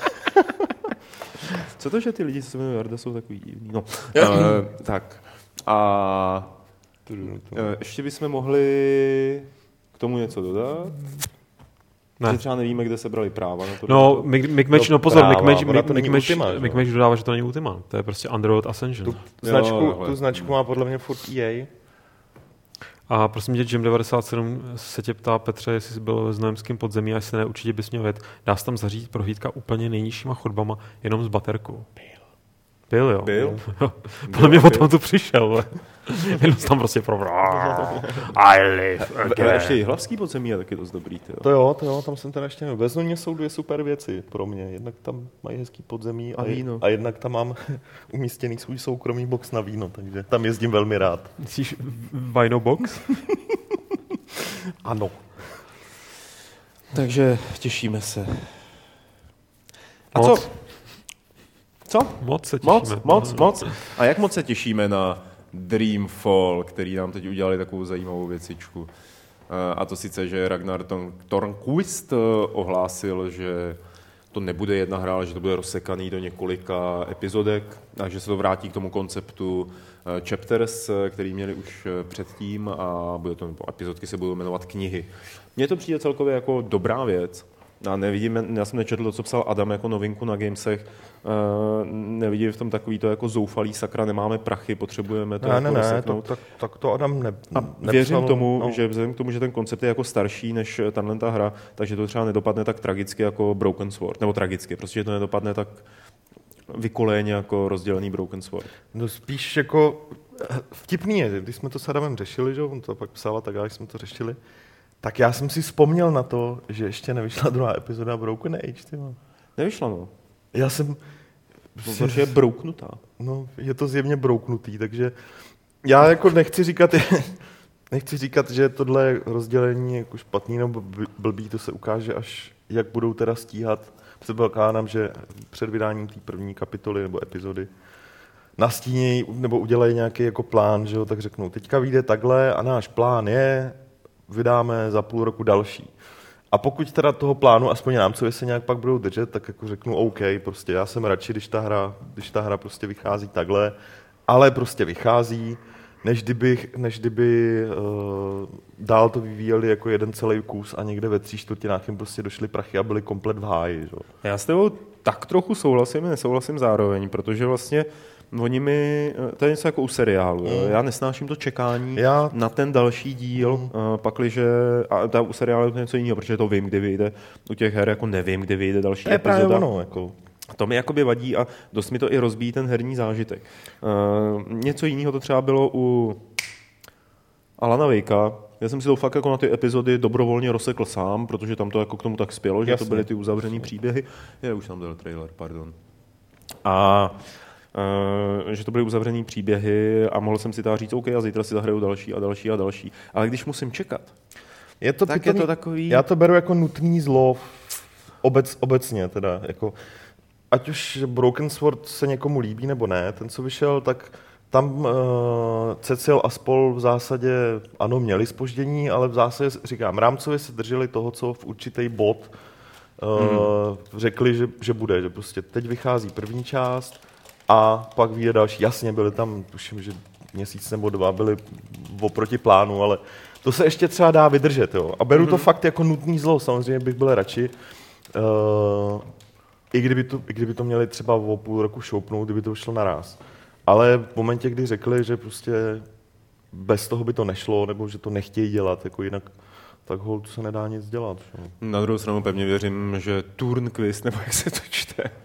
Co to, že ty lidi, co se jmenují Jarda, jsou takový divný? No, uh, tak. A uh, ještě bychom mohli k tomu něco dodat?
Ne.
Že třeba nevíme, kde se brali práva na to.
No, Mick Match, no pozor,
práva,
Mick
ona
Match,
to není
Mick Match,
Ultima, že?
Mick Match dodává, že to není Ultima. To je prostě Underworld Ascension.
Tu značku,
Jo,
tu značku má podle mě furt E A.
A prosím tě, Jim devadesát sedm se tě ptá, Petře, jestli jsi byl ve Znojemském podzemí, a jestli ne, určitě bys měl jet. Dá se tam zařídit prohlídka úplně nejnižšíma chodbama, jenom s baterkou. Byl, jo.
Byl?
Podle mě potom tu přišel, ale jenom tam prostě pro... I live
Ale
again.
ještě Jihlavský podzemí je taky dost dobrý, tyjo.
To jo, to jo, tam jsem teda ještě nebyl. Ve Znojmě jsou dvě super věci pro mě. Jednak tam mají hezký podzemí
A víno.
a jednak tam mám umístěný svůj soukromý box na víno, takže tam jezdím velmi rád.
Myslíš Vino Box?
Ano.
Takže těšíme se. A
Moc.
co? Co?
Moc se těšíme.
Moc, moc, moc. A jak moc se těšíme na Dreamfall, který nám teď udělali takovou zajímavou věcičku. A to sice, že Ragnar Tornquist ohlásil, že to nebude jedna hra, ale že to bude rozsekaný do několika epizodek a že se to vrátí k tomu konceptu chapters, který měli už předtím a bude to, epizodky se budou jmenovat knihy. Mně to přijde celkově jako dobrá věc. Já nevidím, já jsem nečetl to, co psal Adam jako novinku na Gamesech, uh, nevidím v tom takový to jako zoufalý sakra, nemáme prachy, potřebujeme to
Ne,
jako
ne, ne, to,
rozseknout.
tak, tak to Adam ne,
A
nepsal,
věřím tomu,
no.
že vzhledem k tomu, že ten koncept je jako starší než tahle ta hra, takže to třeba nedopadne tak tragicky jako Broken Sword, nebo tragicky, prostě že to nedopadne tak vykoléně jako rozdělený Broken Sword.
No spíš jako vtipný je, když jsme to s Adamem řešili, že on to pak psal a tak dále, jsme to řešili, tak já jsem si vzpomněl na to, že ještě nevyšla druhá epizoda Broken Age, ty mám.
Nevyšla, no.
Já jsem...
Protože je brouknutá.
No, je to zjevně brouknutý, takže já jako nechci říkat, nechci říkat, že tohle rozdělení je jako špatný nebo blbý, to se ukáže, až jak budou teda stíhat. Předpokládám, že před vydáním té první kapitoly nebo epizody nastínějí nebo udělají nějaký jako plán, že jo, tak řeknou, teďka vyjde takhle a náš plán je, vydáme za půl roku další. A pokud teda toho plánu, aspoň rámcově se nějak pak budou držet, tak jako řeknu OK, prostě já jsem radši, když ta hra, když ta hra prostě vychází takhle, ale prostě vychází, než kdyby, než kdyby uh, dál to vyvíjeli jako jeden celý kus a někde ve tří čtvrtinách jim prostě došly prachy a byli komplet v háji. Že?
Já s tebou tak trochu souhlasím a nesouhlasím zároveň, protože vlastně oni mi, to je něco jako u seriálu, mm. já nesnáším to čekání
Já...
na ten další díl, mm. pakliže, a ta u seriálu je to něco jiného, protože to vím, kdy vyjde, u těch her jako nevím, kdy vyjde další
to je
epizoda.
právě ono, jako...
To mi jakoby vadí a dost mi to i rozbíjí ten herní zážitek. Uh, něco jiného to třeba bylo u Alana Wakea. Já jsem si to fakt jako na ty epizody dobrovolně rozsekl sám, protože tam to jako k tomu tak spělo, že
Jasně.
to byly ty uzavřený příběhy. Je, už tam byl trailer, pardon. A Uh, že to byly uzavřený příběhy a mohl jsem si teda říct, OK, a zítra si zahraju další a další a další. Ale když musím čekat,
je to
tak
pitomý,
je to takový...
Já to beru jako nutný zlo obec, obecně teda, jako ať už Broken Sword se někomu líbí nebo ne, ten, co vyšel, tak tam uh, Cecil a spol v zásadě, ano, měli zpoždění, ale v zásadě, říkám, rámcově se drželi toho, co v určitý bod uh, hmm. řekli, že, že bude, že prostě teď vychází první část a pak vyjde další. Jasně, byly tam, tuším, že měsíc nebo dva byly oproti plánu, ale to se ještě třeba dá vydržet, jo. A beru hmm. to fakt jako nutný zlo, samozřejmě bych byl radši, uh, i kdyby to, i kdyby to měli třeba o půl roku šoupnout, kdyby to šlo naraz. Ale v momentě, kdy řekli, že prostě bez toho by to nešlo, nebo že to nechtějí dělat, jako jinak, tak holt se nedá nic dělat. Že?
Na druhou stranu pevně věřím, že Turnquist, nebo jak se to čte,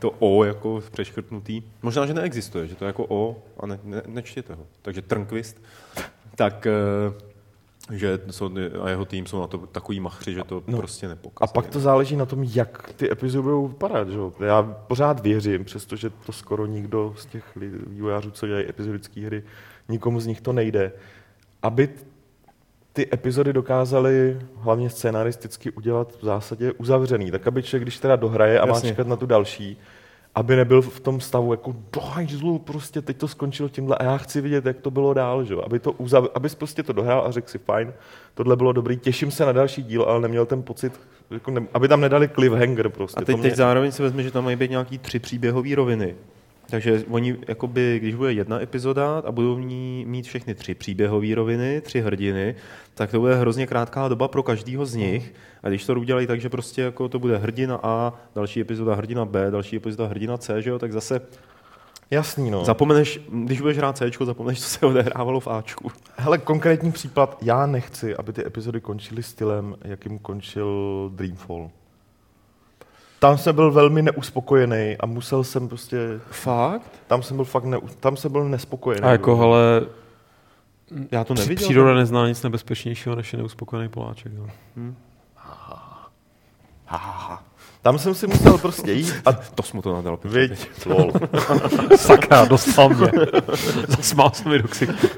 to O jako přeškrtnutý. Možná, že neexistuje, že to je jako O a ne, ne, nečtěte ho. Takže Trnquist, tak že jsou, a jeho tým jsou na to takový machři, že to no. prostě nepokazí.
A pak to záleží na tom, jak ty epizody budou vypadat. Že? Já pořád věřím, přestože to skoro nikdo z těch vývojářů, co dělají epizodické hry, nikomu z nich to nejde, aby ty epizody dokázaly hlavně scénaristicky udělat v zásadě uzavřený, tak aby člověk, když teda dohraje a má
Jasně.
čekat na tu další, aby nebyl v tom stavu jako do hajzlu, prostě teď to skončilo tímhle a já chci vidět, jak to bylo dál, že? Aby to uzav... abys prostě to dohrál a řekl si fajn, tohle bylo dobrý, těším se na další díl, ale neměl ten pocit, jako ne... aby tam nedali cliffhanger prostě.
A teď,
mě...
teď zároveň si vezme, že tam mají být nějaký tři příběhové roviny. Takže oni, jakoby, když bude jedna epizoda a budou v ní mít všechny tři příběhové roviny, tři hrdiny, tak to bude hrozně krátká doba pro každýho z nich. A když to udělají tak, že prostě jako to bude hrdina A, další epizoda hrdina B, další epizoda hrdina C, že jo, tak zase
Jasný, no.
zapomeneš, když budeš hrát Cčko, zapomeneš, co se odehrávalo v Ačku.
Hele, konkrétní příklad, já nechci, aby ty epizody končily stylem, jakým končil Dreamfall. Tam jsem byl velmi neuspokojený a musel jsem prostě...
Fakt?
Tam jsem byl fakt ne, tam jsem byl nespokojený.
A jako, hele,
já to neviděl.
Příroda nezná nic nebezpečnějšího, než je neuspokojený Poláček. No.
Hmm.
Ha, ha, ha. Tam jsem si musel prostě jít a...
To jsme to nadal.
Viď, lol.
Sakra, dostal mě. Zasmál se mi do ksichtu.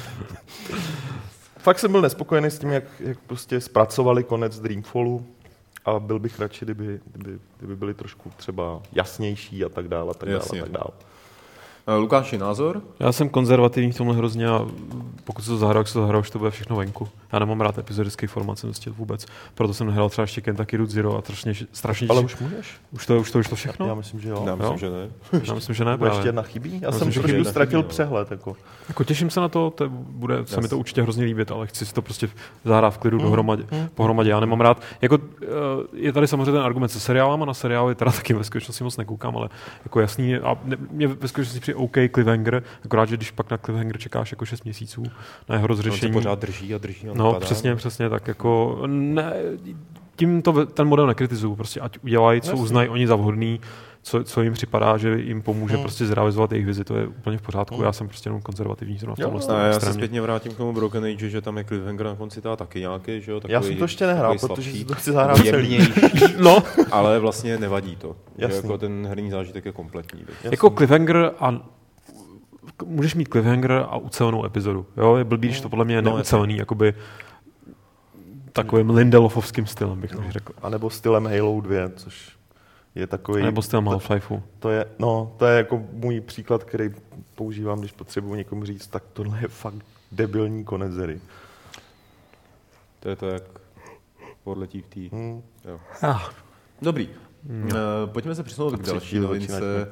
Fakt jsem byl nespokojený s tím, jak, jak prostě zpracovali konec Dreamfallu. A byl bych radši, kdyby, kdyby, kdyby byli trošku třeba jasnější a tak dále, a tak dále, a tak dále.
Lukáši, názor?
Já jsem konzervativní v tomhle hrozně a pokud se to zahrál, jak se to zahrál, už to bude všechno venku. Já nemám rád epizodický format, jsem zjistil vůbec. Proto jsem nehrál třeba ještě Kentucky Route Zero a strašně, strašně...
Ale už můžeš?
Už to, už to vyšlo všechno?
Já myslím, že jo.
Já myslím,
jo?
že ne.
Já myslím, že ne.
Nebo ještě jedna chybí? Já, Já jsem
myslím,
trošku
že
ztratil
chybí,
přehled. Jako.
Jako těším se na to, to bude se mi to určitě hrozně líbit, ale chci si to prostě zahrát v klidu mm. dohromadě, mm. pohromadě. Já nemám rád. Jako, je tady samozřejmě ten argument se seriálama, na seriály teda taky ve skutečnosti moc nekoukám, ale jako jasný, a mě ve skutečnosti přijde OK cliffhanger, akorát, že když pak na cliffhanger čekáš jako šest měsíců na jeho rozřešení.
On se pořád drží a drží a
No,
napadá,
přesně,
ne?
přesně, tak jako ne, tím to, ten model nekritizuju, prostě ať udělají, co uznají oni za vhodný, co, co jim připadá, že jim pomůže hmm. prostě zrealizovat jejich vizi, to je úplně v pořádku. Hmm. Já jsem prostě jenom konzervativní zrovna v tomhle
stavu. Já se zpětně vrátím k tomu Broken Age, že tam je cliffhanger na konci tá taky nějaký, že jo?
Já jsem to ještě nehrál, protože si to chci zahrát celý.
No, ale vlastně nevadí to. Jako ten herní zážitek je kompletní.
Jako cliffhanger a můžeš mít cliffhanger a ucelenou epizodu. Jo, je blbý, když to podle mě je no, neucelený, jakoby takovým Lindelofovským stylem, bych to no. řekl.
A nebo stylem Halo dva, což je takový...
A nebo stylem Half-Lifeu.
To je, no, to je jako můj příklad, který používám, když potřebuji někomu říct, tak tohle je fakt debilní konec hry.
To je to, jak odletí v tý. Hmm. Jo.
Ah.
Dobrý. Hmm. Uh, pojďme se přesunout k další novince.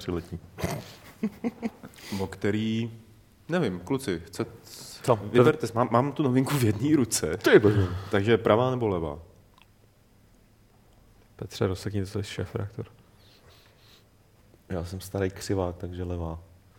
O který, nevím, kluci, chcete,
Co?
vyberte, mám, mám tu novinku v jedné ruce, takže pravá nebo levá?
Petře, rozsekni, to je šéf-redaktor.
Já jsem starý křivák, takže levá.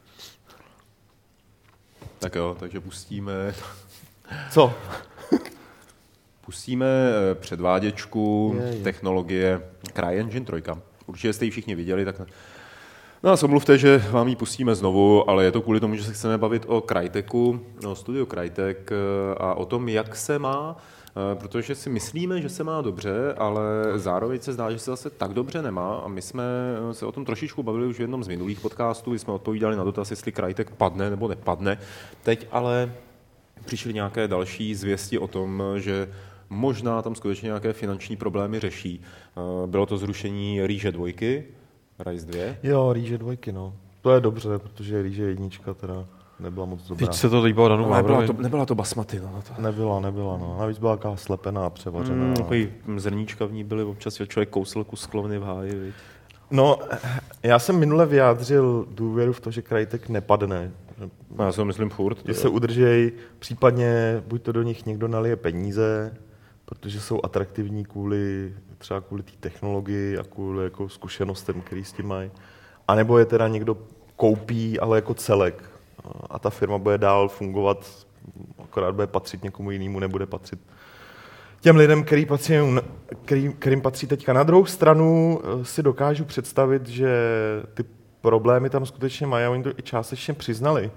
Tak jo, takže pustíme...
Co?
Pustíme předváděčku je, je. technologie CryEngine tři. Určitě jste ji všichni viděli, tak... No a omluvte, že vám ji pustíme znovu, ale je to kvůli tomu, že se chceme bavit o Cryteku, o studiu Crytek a o tom, jak se má, protože si myslíme, že se má dobře, ale zároveň se zdá, že se zase tak dobře nemá a my jsme se o tom trošičku bavili už v jednom z minulých podcastů, kdy jsme odpovídali na dotaz, jestli Crytek padne nebo nepadne. Teď ale přišly nějaké další zvěsti o tom, že možná tam skutečně nějaké finanční problémy řeší. Bylo to zrušení Rýže dvojky, Rise dva?
Jo, Rýže dvojky, no. To je dobře, protože Rýže jednička teda nebyla moc dobrá.
Teď se to líbilo Danu
Vávrovi. Nebyla, nebyla to basmati, no. To...
Nebyla, nebyla, no. Navíc byla taková slepená, převařená.
Mm, takový zrníčka v ní byly, občas člověk kousl kus sklovny v háji, viď?
No, já jsem minule vyjádřil důvěru v to, že Crytek nepadne.
Já si to myslím furt.
Že se udržej, případně buď to do nich někdo nalije peníze, protože jsou atraktivní kvůli třeba kvůli té technologii a kvůli jako zkušenostem, který s tím mají. A nebo je teda někdo koupí, ale jako celek. A ta firma bude dál fungovat, akorát bude patřit někomu jinému, nebude patřit těm lidem, který patří, který, kterým patří teďka. Na druhou stranu si dokážu představit, že ty problémy tam skutečně mají a oni to i částečně přiznali.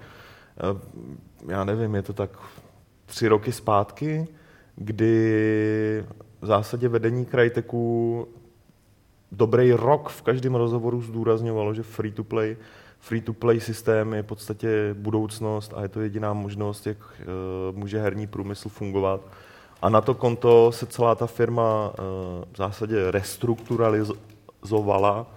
Já nevím, je to tak tři roky zpátky, kdy v zásadě vedení Cryteku dobrý rok v každém rozhovoru zdůrazňovalo, že free-to-play, free-to-play systém je v podstatě budoucnost a je to jediná možnost, jak uh, může herní průmysl fungovat. A na to konto se celá ta firma uh, v zásadě restrukturalizovala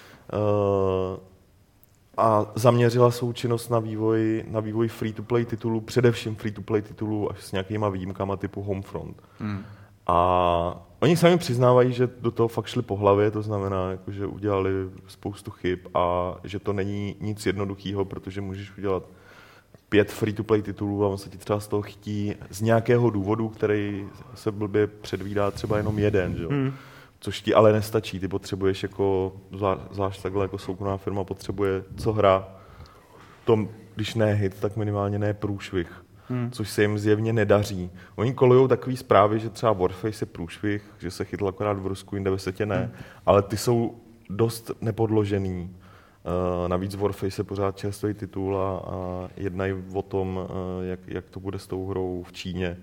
uh, a zaměřila svou činnost na vývoj, na vývoj free-to-play titulů, především free-to-play titulů až s nějakýma výjimkama typu Homefront. Hmm. A oni sami přiznávají, že do toho fakt šli po hlavě, to znamená, jako, že udělali spoustu chyb a že to není nic jednoduchého, protože můžeš udělat pět free-to-play titulů a on se ti třeba z toho chytí z nějakého důvodu, který se blbě předvídá třeba jenom jeden, že? Hmm. Což ti ale nestačí, ty potřebuješ jako, zvlášť takhle jako soukromá firma potřebuje co hra, tom, když ne hit, tak minimálně ne průšvih. Hmm. Což se jim zjevně nedaří. Oni kolujou takové zprávy, že třeba Warface je průšvih, že se chytl akorát v Rusku, jinde ve světě ne, hmm. ale ty jsou dost nepodložený. Uh, navíc Warface je pořád čerstvý titul a, a jednají o tom, uh, jak, jak to bude s tou hrou v Číně.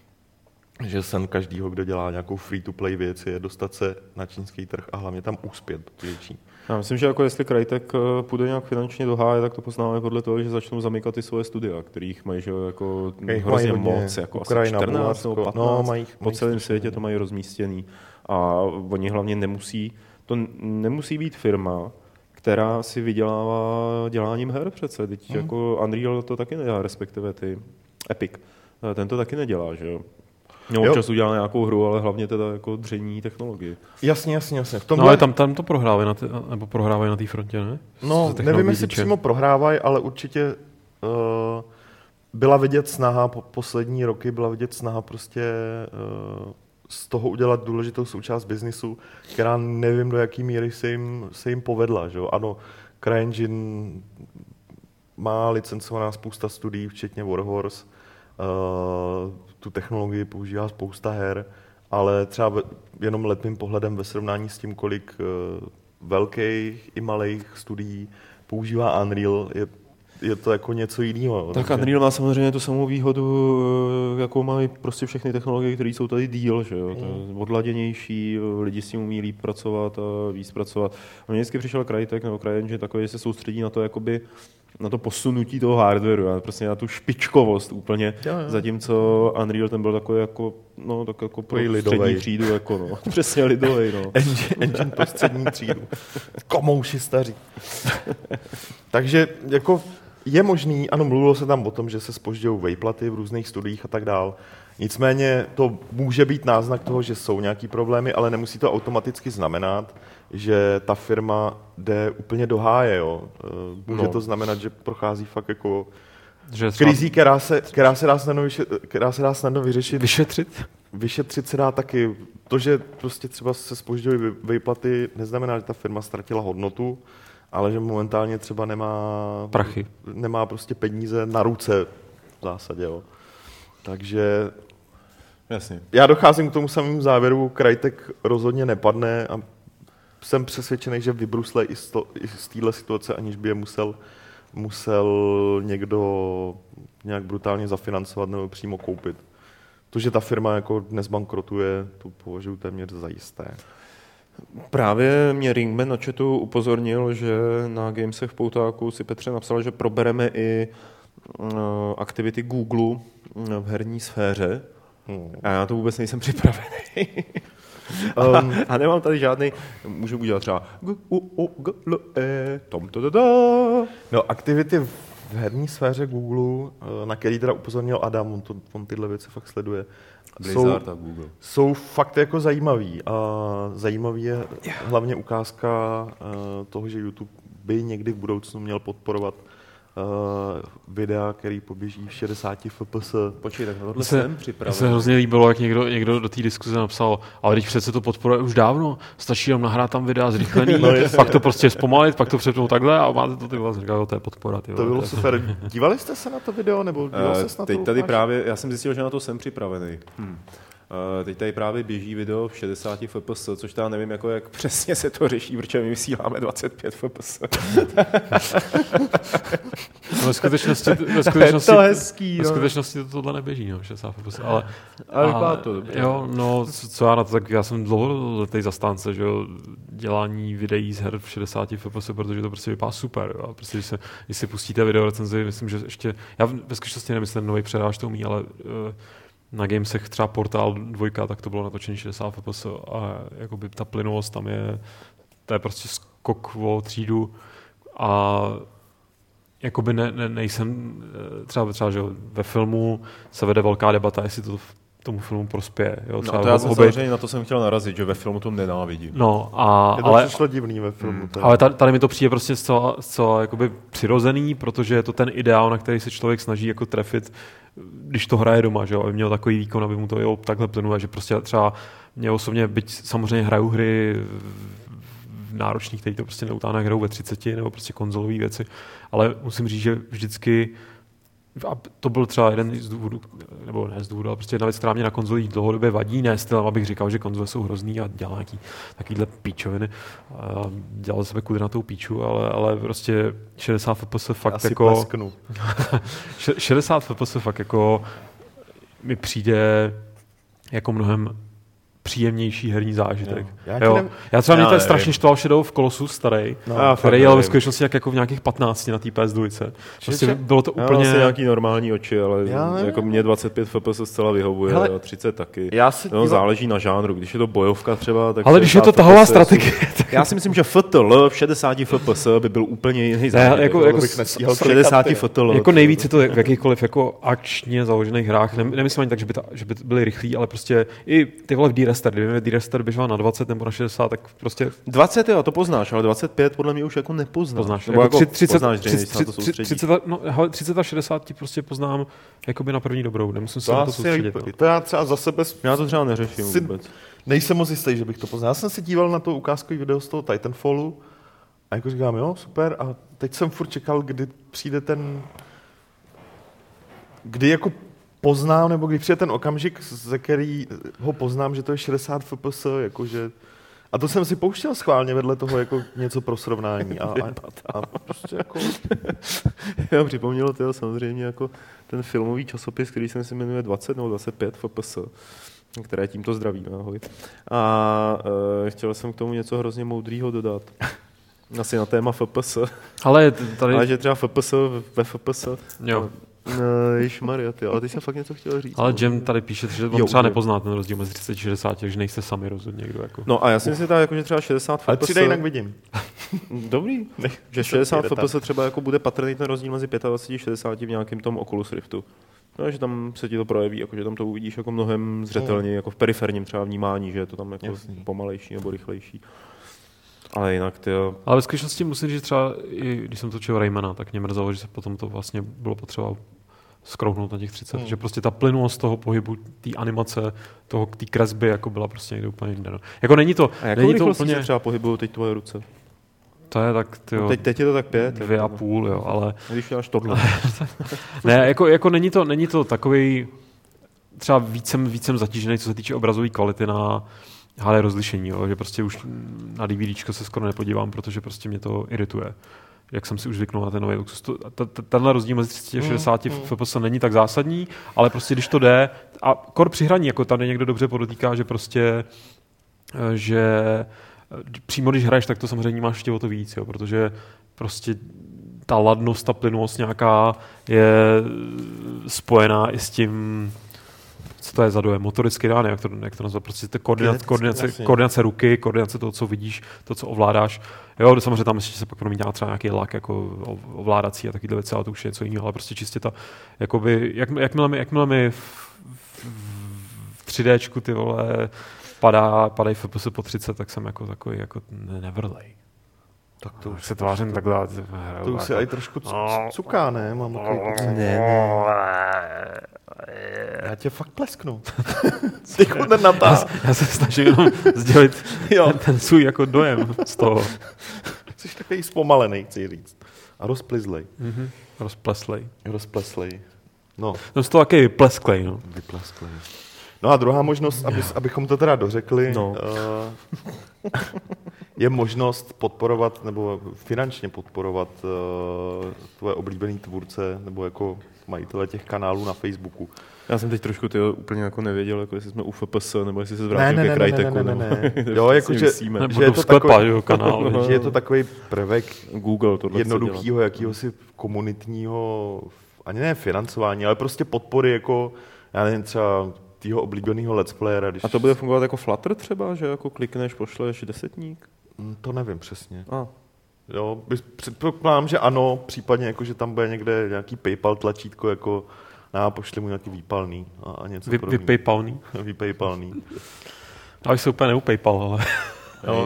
Že sen každýho, kdo dělá nějakou free-to-play věc, je dostat se na čínský trh a hlavně tam uspět.
Já myslím, že jako jestli Crytek půjde nějak finančně do háje, tak to poznáme podle toho, že začnou zamykat ty svoje studia, kterých mají že, jako hrozně moc, jako Ukrajina, asi čtrnáct nebo patnáct, no, mají, po mají celém světě to mají rozmístěný. A oni hlavně nemusí, to nemusí být firma, která si vydělává děláním her přece. Teď hmm. jako Unreal to taky nedělá, respektive ty Epic. Ten to taky nedělá, že jo? No, občas udělal nějakou hru, ale hlavně teda jako dření technologii.
Jasně, jasně, jasně. V tomhle...
No ale tam, tam to prohrávají na, ty, nebo prohrávají na té frontě, ne?
No, nevím, jestli přímo prohrávají, ale určitě uh, byla vidět snaha, po poslední roky byla vidět snaha prostě uh, z toho udělat důležitou součást biznisu, která nevím, do jaký míry se jim, se jim povedla. Že? Ano, CryEngine má licencovaná spousta studií, včetně Warhorse, uh, tu technologii používá spousta her, ale třeba jenom letmým pohledem ve srovnání s tím, kolik uh, velkých i malých studií používá Unreal, je, je to jako něco jiného.
Tak takže... Unreal má samozřejmě tu samou výhodu, jakou mají prostě všechny technologie, které jsou tady díl, že jo? To je odladěnější, lidi s tím umí líp pracovat a víc pracovat. A mně vždycky přišel Crytek nebo CryEngine takový, že se soustředí na to, jakoby na to posunutí toho hardwareu, prostě na tu špičkovost úplně, jo, jo. Zatímco Unreal ten byl takový jako, no, tak jako pro střední třídu, jako no, přesně lidovej, no.
Engine, engine pro střední třídu. Komouši staří. Takže jako je možný, ano, mluvilo se tam o tom, že se zpoždějí vejplaty v různých studiích a tak dál. Nicméně to může být náznak toho, že jsou nějaký problémy, ale nemusí to automaticky znamenat, že ta firma jde úplně do háje. Jo. Může no. to znamenat, že prochází fakt jako že krizí, která se, která, se dá snadno vyše, která se dá snadno vyřešit.
Vyšetřit?
Vyšetřit se dá taky. To, že prostě třeba se zpoždějí vejplaty, neznamená, že ta firma ztratila hodnotu, ale že momentálně třeba nemá
prachy.
Nemá prostě peníze na ruce v zásadě. Jo. Takže
jasně.
Já docházím k tomu samému závěru, Crytek rozhodně nepadne a jsem přesvědčený, že vybrusle i z, to, i z téhle situace, aniž by je musel, musel někdo nějak brutálně zafinancovat nebo přímo koupit. To, že ta firma jako dnes bankrotuje, to považuji téměř za jisté.
Právě mě Ringman na chatu upozornil, že na Gamesech v Poutáku si Petře napsal, že probereme i uh, aktivity Google v herní sféře. Hmm. A já to vůbec nejsem připravený. um, a nemám tady žádný, můžu udělat třeba
no, aktivity v herní sféře Google, na který teda upozornil Adam, on, to, on tyhle věci fakt sleduje,
Blizzard a Google.
Jsou fakt jako zajímavý. A zajímavý je hlavně ukázka toho, že YouTube by někdy v budoucnu měl podporovat Uh, videa, který poběží v šedesáti F P S.
Počkej, tak tohle jsem připraven.
Se hrozně líbilo, jak někdo, někdo do té diskuze napsal, ale když přece to podporuje už dávno, stačí jenom nahrát tam videa zrychlený, no, pak to prostě zpomalit, pak to přepnout takhle a máte to takhle, říkal, to je podpora. Tyhle,
to bylo to super. Dívali jste se na to video, nebo díval uh, ses na
teď
to?
Tady máš? Právě, já jsem zjistil, že na to jsem připravený. Hmm. Teď tady právě běží video v šedesát F P S, což já nevím, jako jak přesně se to řeší, protože my vysíláme dvacet pět F P S.
No, ve skutečnosti, ve skutečnosti,
to hezký,
ve skutečnosti to tohle neběží, no, šedesát F P S, ale,
ale vypadá to dobře.
Jo, no, co, co já na to, tak já jsem dlouholetý zastánce, že jo, dělání videí z her v šedesát F P S, protože to prostě vypadá super, jo, a prostě, když, se, když si pustíte video recenzi, myslím, že ještě, já ve skutečnosti nemyslím, nový předávač to umí, ale uh, na Gamesech třeba Portal dvojka, tak to bylo natočený šedesát F P S a jakoby ta plynulost tam je, to je prostě skok o třídu a jakoby ne, ne, nejsem, třeba, třeba že ve filmu se vede velká debata, jestli to tomu filmu prospěje. Jo,
třeba no to já jsem obejt... samozřejmě na to jsem chtěl narazit, že ve filmu to nenávidím.
No a...
Je to ale, přišlo divný ve filmu.
Hmm, ale tady, tady mi to přijde prostě zcela, zcela jakoby přirozený, protože je to ten ideál, na který se člověk snaží jako trefit, když to hraje doma, že jo, aby měl takový výkon, aby mu to jelo takhle plynule, že prostě třeba mě osobně, byť samozřejmě hraju hry náročných, který to prostě neutáhne hrou ve třiceti, nebo prostě konzolové věci, ale musím říct, že vždycky a to byl třeba jeden z důvodů, nebo ne z důvodů, ale prostě jedna věc, která mě na konzolích dlouhodobě vadí, ne stylem, abych říkal, že konzole jsou hrozný a dělal nějaký takovýhle píčoviny. A dělal sebe kudy na tou píču, ale, ale prostě šedesát F P S fakt
asi
jako...
plesknu.
šedesát F P S fakt jako mi přijde jako mnohem příjemnější herní zážitek.
Jo. Já,
jo.
Nem...
Já třeba
já
mě ten strašně štval Shadow of Colossus starý, no, který jel ve skutečnosti jak jako v nějakých patnácti na té P S dva. Prostě
Čiže...
bylo to úplně...
Já nějaký normální oči, ale
já
jako mě dvacet pět F P S zcela vyhovuje, hele, a třicet taky.
Já si
no,
díval...
záleží na žánru, když je to bojovka třeba, tak...
Ale když je to tahová strategie...
Tak... Já si myslím, že F T L v šedesáti F P S by byl úplně jiný zážitek.
Jako, jako
šedesáti F T L.
Jako nejvíc je to v jakýchkoliv jako akčně založených hrách. Nemyslím ani tak, že by, ta, že by byly rychlí, ale prostě i ty vole v D-Rester, kdyby D-Rester běžel na dvacet nebo na šedesát, tak prostě...
dvacet jo, to poznáš, ale dvacet pět podle mě už jako nepoznáš.
Poznáš.
Nebo jako
třicet,
poznáš,
třicet, třicet, třicet, no, třicet a šedesát ti prostě poznám jakoby na první dobrou, nemusím se
to
na to soustředit.
No. To já třeba za sebe...
Já to třeba neřeším si, vůbec.
Nejsem moc jistý, že bych to poznal. Já jsem si díval na to ukázkový video z toho Titanfallu a jako říkám, jo, super, a teď jsem furt čekal, kdy přijde ten... Kdy jako poznám, nebo když přijde ten okamžik, ze který ho poznám, že to je šedesát F P S, jakože... A to jsem si pouštěl schválně vedle toho jako něco pro srovnání. A, a, a prostě jako...
Já připomnělo to samozřejmě jako ten filmový časopis, který se si jmenuje dvacet nebo dvacet pět F P S, které tímto zdravíme, ahoj. A e, chtěl jsem k tomu něco hrozně moudrýho dodat. Asi na téma F P S.
Ale tady...
Ale že třeba F P S ve F P S...
Jo.
No, ježmarja, ty, ale teď jsem fakt něco chtěl říct.
Ale Jam tady píše, že on jo, třeba nepozná ten rozdíl mezi třicet a šedesát, takže nejste sami rozhodně někdo. Jako.
No a já si myslím, jako, že třeba šedesát F P S...
Ale tři jinak vidím.
Dobrý, že šedesát F P S třeba jako bude patrný ten rozdíl mezi dvacet pět a šedesát v nějakém tom Oculus Riftu. No, že tam se ti to projeví, jako, že tam to uvidíš jako mnohem zřetelněji, jako v periferním třeba vnímání, že je to tam jako pomalejší nebo rychlejší. Ale jinak ty jo.
Ale ve skutečnosti musím říct, že třeba i když jsem točil Raymana, tak mě mrzelo, že se potom to vlastně bylo potřeba skrouhnout na těch třicet. Hmm. Že prostě ta plynulost toho pohybu, té animace, toho, té kresby jako byla prostě někde úplně jinde. No. Jako není to,
a
není to úplně...
třeba pohybují teď tvoje ruce?
To je tak, tyjo,
no teď, teď je to tak pět.
Dvě a půl, jo, ale...
Když děláš tohle.
Ne, jako, jako není to, není to takový třeba vícem, vícem zatížený, co se týče obrazové kvality na H D rozlišení, jo, že prostě už na DVDčko se skoro nepodívám, protože prostě mě to irituje. Jak jsem si už zvyknul na ten nový luxus. Tenhle rozdíl mezi třicet a šedesát mm, F P S není tak zásadní, ale prostě když to jde, a kor při hraní, jako tady někdo dobře podotýká, že prostě, že přímo když hraješ, tak to samozřejmě máš ještě o to víc, jo, protože prostě ta ladnost, ta plynulost nějaká je spojená i s tím, co to je za dojem, motorický dán, jak to, jak to nazvat, prostě koordinace, koordinace, koordinace ruky, koordinace toho, co vidíš, to, co ovládáš. Jo, samozřejmě tam ještě se pak promítá třeba nějaký lak jako ovládací a takovýhle věci, ale to už je něco jiného, ale prostě čistě ta, jakoby, jak, jakmile mi, jakmile mi v, v, v tři déčku ty vole padá, padají F P S po třicet, tak jsem jako takový jako nevrlej. Tak to už se tvářím takhle.
To už se aj trošku cuká, ne? Mám takový pocit.
Ne, ne.
Já tě fakt plesknu. Ty chuder natá.
Já se snažím jenom sdělit ten, ten svůj jako dojem z toho.
Jsi takový zpomalený, chci říct. A rozplizlej.
Mm-hmm. Rozpleslej.
Rozpleslej. No.
No z toho taky vyplesklej, no.
Vyplesklej. No a druhá možnost, aby, abychom to teda dořekli,
no.
uh, je možnost podporovat nebo finančně podporovat uh, tvoje oblíbený tvůrce nebo jako majitele těch kanálů na Facebooku.
Já jsem teď trošku tyjo, úplně jako nevěděl, jako jestli jsme u F P S, nebo jestli se zvrátil ne, ne, ke Cryteku.
Ne, ne, ne, ne, ne. Jo, jako, že,
že, je to takový, kanál,
že je to takový prvek
Google
jednoduchýho, jakýhosi komunitního, ani ne financování, ale prostě podpory jako, já nevím, třeba týho oblíbeného let's playera. Když...
A to bude fungovat jako Flutter třeba, že jako klikneš, pošleš desetník?
To nevím přesně.
A.
Jo, předpokládám, že ano, případně jako, že tam bude někde nějaký PayPal tlačítko, jako a pošli mu nějaký výpalný a, a něco
Vy,
podobného.
Vypaypalný?
Vypaypalný.
Já se úplně neupaypal, ale...
Jo.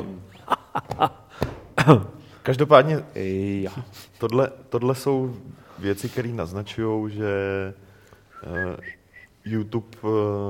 Každopádně tohle, tohle jsou věci, které naznačují, že uh, YouTube uh,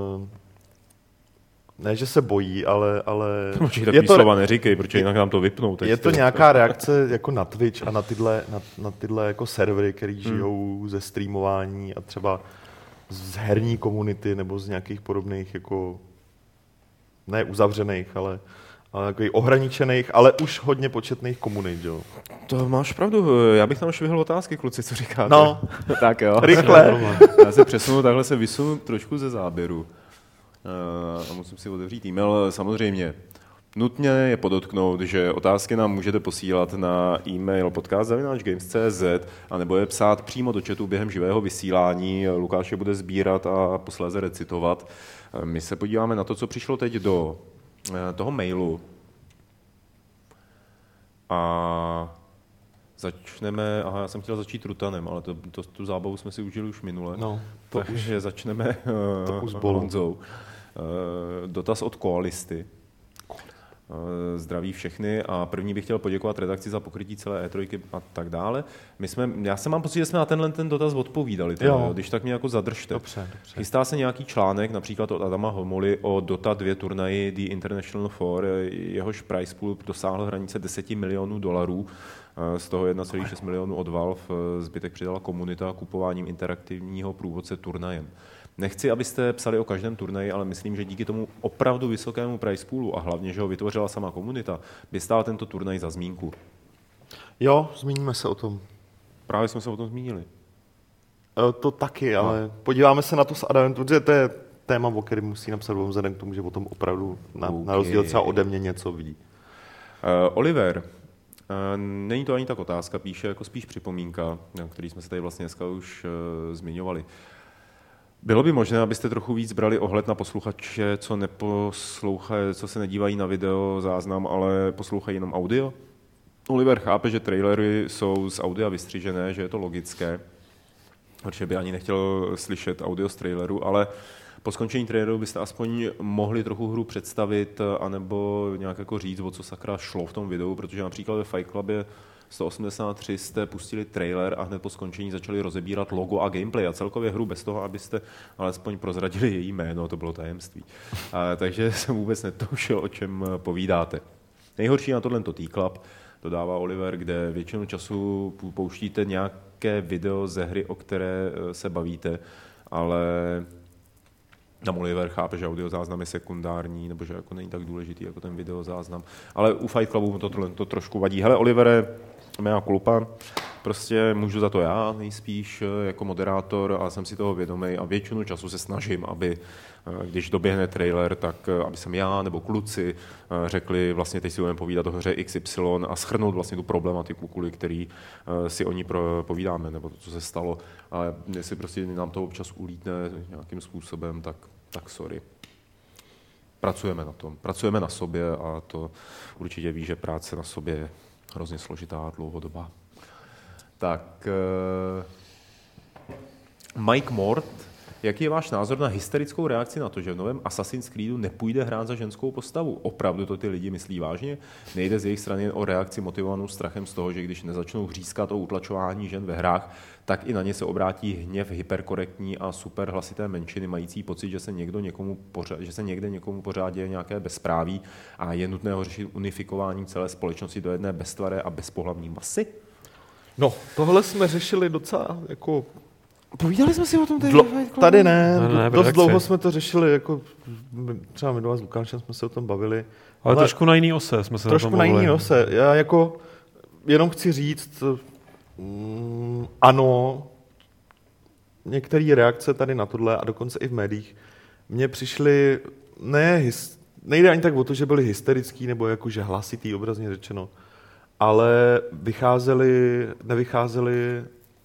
ne, že se bojí, ale... ale
Určitě takový slova neříkej, protože jinak nám to vypnou.
Je to nějaká reakce jako na Twitch a na tyhle, na, na tyhle jako servery, které hmm. žijou ze streamování a třeba z herní komunity nebo z nějakých podobných jako ne uzavřených, ale, ale takových ohraničených, ale už hodně početných komunit, jo.
To máš pravdu. Já bych tam švihl otázky, kluci, co říkáte.
No,
tak jo.
Rychle.
Já se přesunu, takhle se vysunu trošku ze záběru. A musím si otevřít e-mail. Samozřejmě, nutně je podotknout, že otázky nám můžete posílat na e-mail podcast zavináč games tečka cé zet a nebo je psát přímo do chatu během živého vysílání. Lukáš je bude sbírat a posléze recitovat. My se podíváme na to, co přišlo teď do toho mailu. A začneme, aha, já jsem chtěl začít Rutanem, ale to, to, tu zábavu jsme si užili už minule.
No,
to takže už, začneme
to už
Honzou. Dotaz od Koalisty. Zdraví všechny a první bych chtěl poděkovat redakci za pokrytí celé E tři a tak dále. My jsme, já jsem mám pocit, že jsme na tenhle ten dotaz odpovídali, teda, když tak mě jako zadržte.
Dobře, dobře.
Chystá se nějaký článek, například od Adama Homoly o Dota dva turnaji The International Four, jehož prize pool dosáhl hranice deset milionů dolarů, z toho jedna celá šest milionů od Valve, zbytek přidala komunita kupováním interaktivního průvodce turnajem. Nechci, abyste psali o každém turnaji, ale myslím, že díky tomu opravdu vysokému prize poolu a hlavně, že ho vytvořila sama komunita, by stál tento turnaj za zmínku.
Jo, zmíníme se o tom.
Právě jsme se o tom zmínili.
E, to taky, ale no. Podíváme se na to s Adamem, protože to je téma, o kterém musí napsat vzhledem k tomu, že o tom opravdu na, okay. na rozdíl třeba ode mě něco ví.
Uh, Oliver, uh, není to ani tak otázka, píše jako spíš připomínka, na který jsme se tady vlastně dneska už uh, zmiňovali. Bylo by možné, abyste trochu víc brali ohled na posluchače, co neposlouchají, co se nedívají na video záznam, ale poslouchají jenom audio? Oliver chápe, že trailery jsou z audia vystřižené, že je to logické, protože by ani nechtěl slyšet audio z traileru, ale po skončení traileru byste aspoň mohli trochu hru představit, anebo nějak jako říct, o co sakra šlo v tom videu, protože například ve Fight Clubě sto osmdesát tři jste pustili trailer a hned po skončení začali rozebírat logo a gameplay a celkově hru bez toho, abyste alespoň prozradili její jméno, to bylo tajemství. A, takže jsem vůbec netušil, o čem povídáte. Nejhorší na tohle T-Club, dodává Oliver, kde většinu času pouštíte nějaké video ze hry, o které se bavíte, ale tam Oliver chápe, že audiozáznam je sekundární, nebo že jako není tak důležitý jako ten videozáznam. Ale u Fight Clubu to, to, to trošku vadí. Hele, Olivere, mea culpa, prostě můžu za to já nejspíš jako moderátor a jsem si toho vědomý a většinu času se snažím, aby když doběhne trailer, tak aby jsem já nebo kluci řekli, vlastně teď si budeme povídat o hře X Y a shrnout vlastně tu problematiku, kvůli který si o ní povídáme, nebo to, co se stalo. Ale jestli prostě nám to občas ulítne nějakým způsobem, tak, tak sorry. Pracujeme na tom, pracujeme na sobě a to určitě ví, že práce na sobě je hrozně složitá a dlouhodobá. Tak, uh, Mike Mort, jaký je váš názor na hysterickou reakci na to, že v novém Assassin's Creedu nepůjde hrát za ženskou postavu? Opravdu to ty lidi myslí vážně? Nejde z jejich strany jen o reakci motivovanou strachem z toho, že když nezačnou hřískat o utlačování žen ve hrách, tak i na ně se obrátí hněv hyperkorektní a super hlasité menšiny mající pocit, že se, někdo někomu pořád, že se někde někomu pořád děje nějaké bezpráví a je nutné ho řešit unifikováním celé společnosti do jedné beztvaré a bezpohlavní masy?
No, tohle jsme řešili docela jako
Povídali jsme si o tom tady?
Dlo- tady ne,
ne, ne,
dost dlouho jsme to řešili, jako třeba my dva s Lukášem jsme se o tom bavili.
Ale, ale trošku na jiný ose jsme se
Trošku
o tom
na jiný ose. Já jako jenom chci říct, mm, ano, některé reakce tady na tohle a dokonce i v médiích mně přišly, ne, hys, nejde ani tak o to, že byly hysterický nebo jakože hlasitý, obrazně řečeno, ale vycházeli, nevycházeli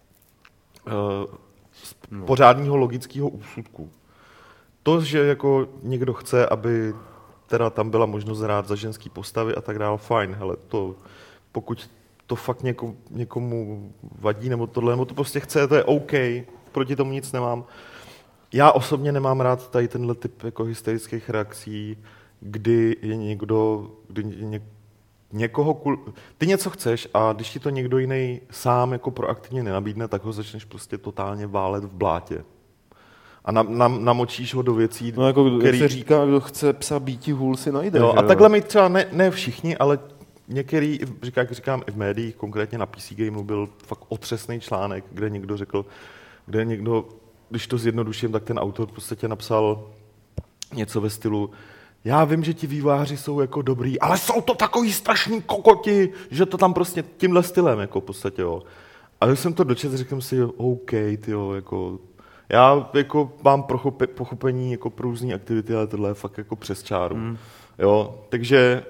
uh, z no. pořádného logického úsudku. To, že jako někdo chce, aby teda tam byla možnost hrát za ženský postavy a tak dále, fajn, hele, to, pokud to fakt něko, někomu vadí nebo tohle, nebo to prostě chce, to je OK, proti tomu nic nemám. Já osobně nemám rád tady tenhle typ jako hysterických reakcí, kdy je někdo, kdy ně, někoho, kul... ty něco chceš a když ti to někdo jiný sám jako proaktivně nenabídne, tak ho začneš prostě totálně válet v blátě. A nam, nam, namočíš ho do věcí,
no jako,
který...
jak se říká, kdo chce psa býti hůl si najde.
Jo, a takhle mi třeba ne, ne všichni, ale některý, říká, jak říkám, i v médiích, konkrétně na P C Gameu byl fakt otřesný článek, kde někdo řekl, kde někdo, když to zjednoduším, tak ten autor v podstatě napsal něco ve stylu, já vím, že ti vývojáři jsou jako dobrý, ale jsou to takový strašní kokoti, že to tam prostě tímhle stylem, jako v podstatě, jo. A když jsem to dočetl, řekl si, OK, tyjo, jako, já jako mám prochope, pochopení jako pro různý aktivity, ale tohle je fakt jako přes čáru, mm. jo, takže...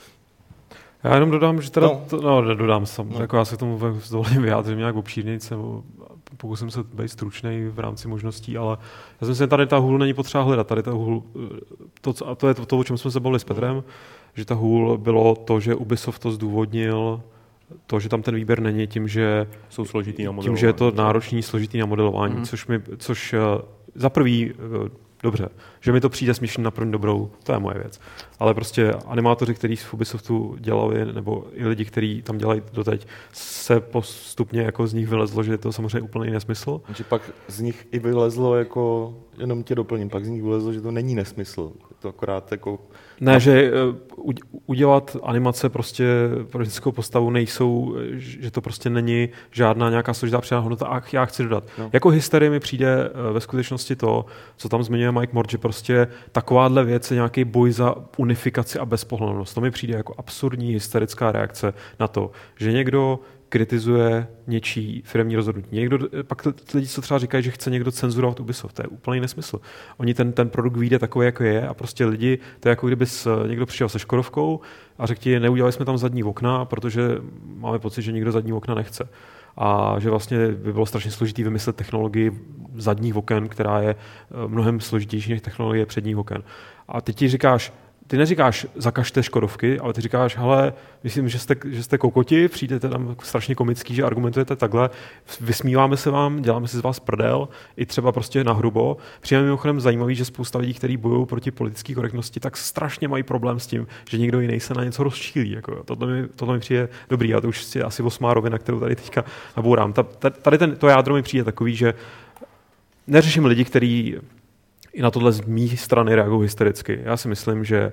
Já jenom dodám, že teda,
no,
to, no dodám sam, no. Jako já se k tomu dovolím vyjádřím nějak obšírnějc, nebo pokusím se být stručnej v rámci možností, ale já si myslím, že tady ta hůl není potřeba hledat, tady ta hůl, to, a to je to, to, o čem jsme se bavili s Petrem, že ta hůl bylo to, že Ubisoft to zdůvodnil, to, že tam ten výběr není tím, že
jsou složitý na modelování.
Tím, že je to náročný, složitý na modelování, mm. což mi, což za prvý, dobře, že mi to přijde směšný na první dobrou, to je moje věc. Ale prostě animátoři, kteří v Ubisoftu dělali, nebo i lidi, kteří tam dělají doteď, se postupně jako z nich vylezlo, že je to samozřejmě úplný nesmysl.
Takže pak z nich i vylezlo jako, jenom tě doplním, pak z nich vylezlo, že to není nesmysl. Je to akorát jako...
Ne, no. Že uh, udělat animace prostě pro lidskou postavu nejsou, že to prostě není žádná nějaká složitá přidaná hodnota a já chci dodat. No. Jako hysterie mi přijde uh, ve skutečnosti to, co tam zmiňuje Mike Mort, že prostě takováhle věc je nějaký boj za unifikaci a bezpohlavnost. To mi přijde jako absurdní hysterická reakce na to, že někdo kritizuje něčí firemní rozhodnutí. Někdo, pak lidi, co třeba říkají, že chce někdo cenzurovat Ubisoft, to je úplný nesmysl. Oni ten, ten produkt vyjde takový, jako je a prostě lidi, to je jako kdyby někdo přišel se Škodovkou a řekl ti, neudělali jsme tam zadní okna, protože máme pocit, že nikdo zadní okna nechce. A že vlastně by bylo strašně složitý vymyslet technologii zadních oken, která je mnohem složitější než technologie předních oken. A ty ti říkáš, ty neříkáš zakažte Škodovky, ale ty říkáš, hele, myslím, že jste, že jste kokoti, přijdete tam strašně komický, že argumentujete takhle, vysmíváme se vám, děláme si z vás prdel, i třeba prostě nahrubo. Přijde mimochodem zajímavý, že spousta lidí, kteří bojují proti politické korektnosti, tak strašně mají problém s tím, že někdo jiný se na něco rozčílí. Jako, tohle, mi, tohle mi přijde dobrý, a to už je asi osmá rovina, kterou tady teďka nabourám. Ta, tady ten, to jádro mi přijde takový, že neřeším lidi, kteří i na tohle z mé strany reagují hystericky. Já si myslím, že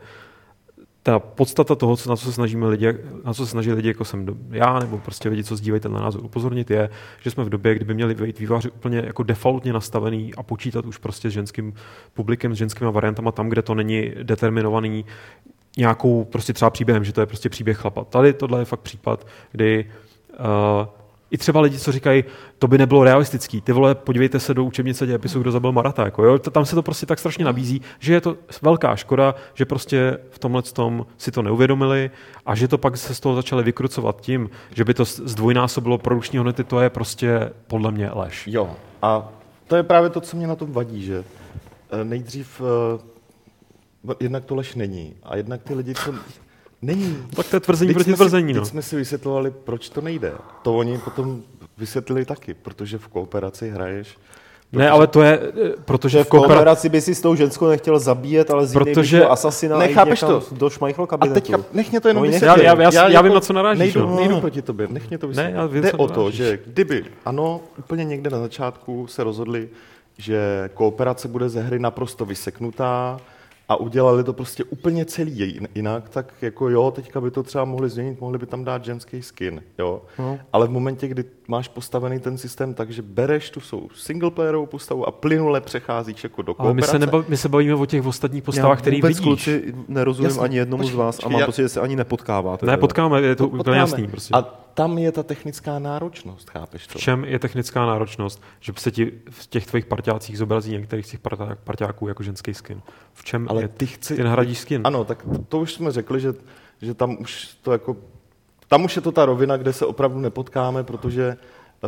ta podstata toho, na co se snažíme lidi, na co se snaží lidi, jako jsem já, nebo prostě lidi, co sdílejí tenhle názor, upozornit, je, že jsme v době, kdyby měli být vývojáři úplně jako defaultně nastavený a počítat už prostě s ženským publikem, s ženskými variantama tam, kde to není determinovaný nějakou prostě třeba příběhem, že to je prostě příběh chlapa. Tady tohle je fakt případ, kdy uh, i třeba lidi, co říkají, to by nebylo realistický. Ty vole, podívejte se do učebnice dějepisu, kdo zabil Marata. Jako, jo? Tam se to prostě tak strašně nabízí, že je to velká škoda, že prostě v tomhle tom si to neuvědomili a že to pak se z toho začali vykrucovat tím, že by to zdvojnásobilo produkční hodnoty, to je prostě podle mě lež.
Jo, a to je právě to, co mě na tom vadí, že nejdřív jednak to lež není a jednak ty lidi, co... Není.
Tak to je tvrzení proti tvrzení.
Teď
no.
jsme si vysvětlovali, proč to nejde. To oni potom vysvětlili taky, protože v kooperaci hraješ. Protože...
Ne, ale to je, protože
v kooperaci by si s tou ženskou nechtěl zabíjet, ale z jinej protože... asasina
nechápeš to
do šmajchlo kabinetu.
A teďka nech mě to jenom
no,
vysvětlit.
Já, já, já, já vím, na co narážíš.
Nejdu,
no.
nejdu proti tobě, nech mě to vysvětlit.
Ne,
Jde o to, že kdyby, ano, úplně někde na začátku se rozhodli, že kooperace bude ze hry naprosto vyseknutá, a udělali to prostě úplně celý jinak, tak jako jo, teďka by to třeba mohli změnit, mohli by tam dát ženský skin, jo. No. Ale v momentě, kdy máš postavený ten systém tak, že bereš tu svou singleplayerovou postavu a plynule přecházíš jako do kooperace.
Ale my se, nebav, my se bavíme o těch ostatních postavách, který vidíš.
Kluci nerozumím
Jasně,
ani jednomu
počkej,
z vás
počkej,
a mám
já...
pocit, že se ani nepotkáváte.
Ne, potkáme, je to
Potkáme.
úplně jasný. Prostě.
A tam je ta technická náročnost, chápeš to?
V čem je technická náročnost? Že se ti v těch tvých parťácích zobrazí některých z těch parťáků jako ženský skin. V čem
Ale
je,
ty, chci...
ty nahradíš skin?
Ano, tak to, to už jsme řekli, že, že tam už to jako... Tam už je to ta rovina, kde se opravdu nepotkáme, protože uh,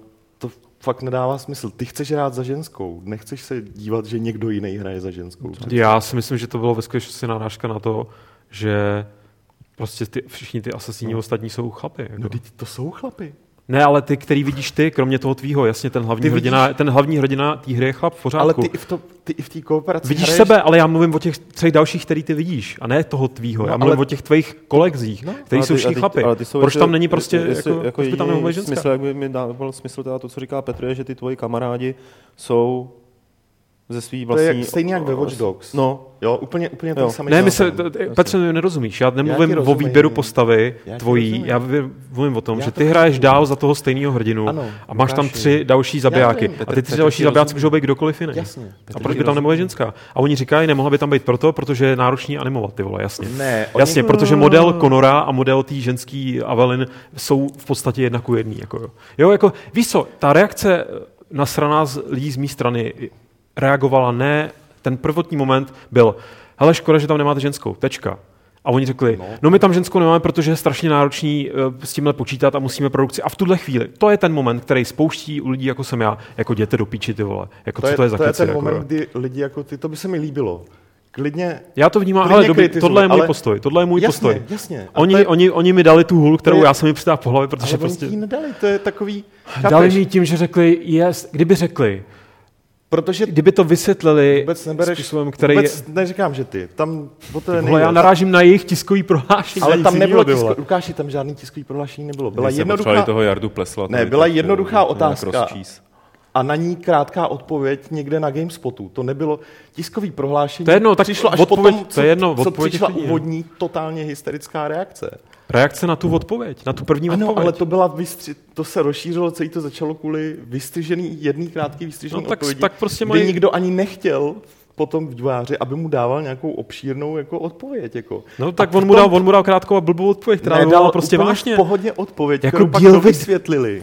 to fakt nedává smysl. Ty chceš hrát za ženskou, nechceš se dívat, že někdo jiný hraje za ženskou.
Já si myslím, že to bylo ve skutečnosti narážka na to, že prostě ty, všichni ty asasíni no. ostatní jsou chlapy. Jako.
No teď to jsou chlapy.
Ne, ale ty, který vidíš ty, kromě toho tvýho, jasně, ten hlavní
ty
hrdina,
vidíš...
ten hlavní hrdina té hry je chlap v pořádku.
Ale ty i v, to, ty i v té kooperaci
vidíš
hraješ...
sebe, ale já mluvím o těch třech dalších, který ty vidíš, a ne toho tvýho.
No,
já mluvím
ale...
o těch tvých kolegzích, no, který jsou všichni chlapi. Proč tam není prostě,
jestli,
jako,
jako
by tam nemohla ženská?
Smysl, jak by mi dával smysl teda to, co říká Petr, je, že ty tvoji kamarádi jsou ze svý vlastní...
To je stejně jak ve Watch Dogs.
No.
Jo, úplně, úplně ten samý.
Ne, my se, Petře, nerozumíš. Já nemluvím já o výběru postavy já tvojí. Rozumím. Já mluvím o tom, já že ty hraješ dál za toho stejného hrdinu ano, a máš tam tři další zabijáky. Vím, a ty tři další zabijáci můžou být kdokoliv jiný. Jasně, a proč by tam nemohla ženská? A oni říkají, nemohla by tam být proto, protože je náročný animovat, ty vole, jasně.
Ne,
jasně, oni... protože model Conora a model té ženský Evelyn jsou v podstatě jedna ku jedný. Jako, jo. jo, jako, víš co, ta reakce nasraná z lidí z mé strany reagovala ne, ten prvotní moment byl, hele, škoda, že tam nemáte ženskou, tečka. A oni řekli, no, no my tam ženskou nemáme, protože je strašně náročný uh, s tímhle počítat a musíme produkci. A v tuhle chvíli, to je ten moment, který spouští u lidí, jako jsem já, jako jděte do píči, ty vole. Jako,
to
co
je,
to je za
to
keci,
je ten
jako,
moment,
jo.
kdy lidi jako ty, to by se mi líbilo. Klidně,
já to vnímám, ale dobrý, tohle je můj ale... postoj, tohle je můj
jasně,
postoj.
Jasně.
Oni,
je...
oni, oni mi dali tu hůl, kterou je... já jsem mi přitáhl po hlavě, protože
ale
prostě...
oni ti nedali, to je takový...
Dali mi tím, že řekli, yes, kdyby řekli,
protože
kdyby to vysvětlili
nebereš,
způsobem, který
vůbec je... neříkám, že ty. Tam o to
nejde. Já narážím na jejich tiskový prohlášení.
Ale tam nebylo tisko... Lukáši, tam žádný tiskový prohlášení nebylo. Byla jednoduchá...
toho Jardu Plesla.
Ne, byla jednoduchá otázka a na ní krátká odpověď někde na GameSpotu. To nebylo tiskový prohlášení.
To je jedno, tak
přišlo až
odpověď,
potom, co,
to je jedno,
co přišla úvodní totálně hysterická reakce.
Reakce na tu odpověď, na tu první
ano,
odpověď.
Ale to byla vystři... to se rozšířilo, celý to začalo kvůli vystřižený, jedný krátký vystřižený
no, tak,
odpovědi,
tak prostě
kdy
mají...
nikdo ani nechtěl potom vývojáři, aby mu dával nějakou obšírnou jako odpověď. Jako.
No tak on mu, dal, on mu dal krátkou a blbou odpověď, která byla prostě vážně.
Pohodně odpověď,
jako
kterou pak dovysvětlili.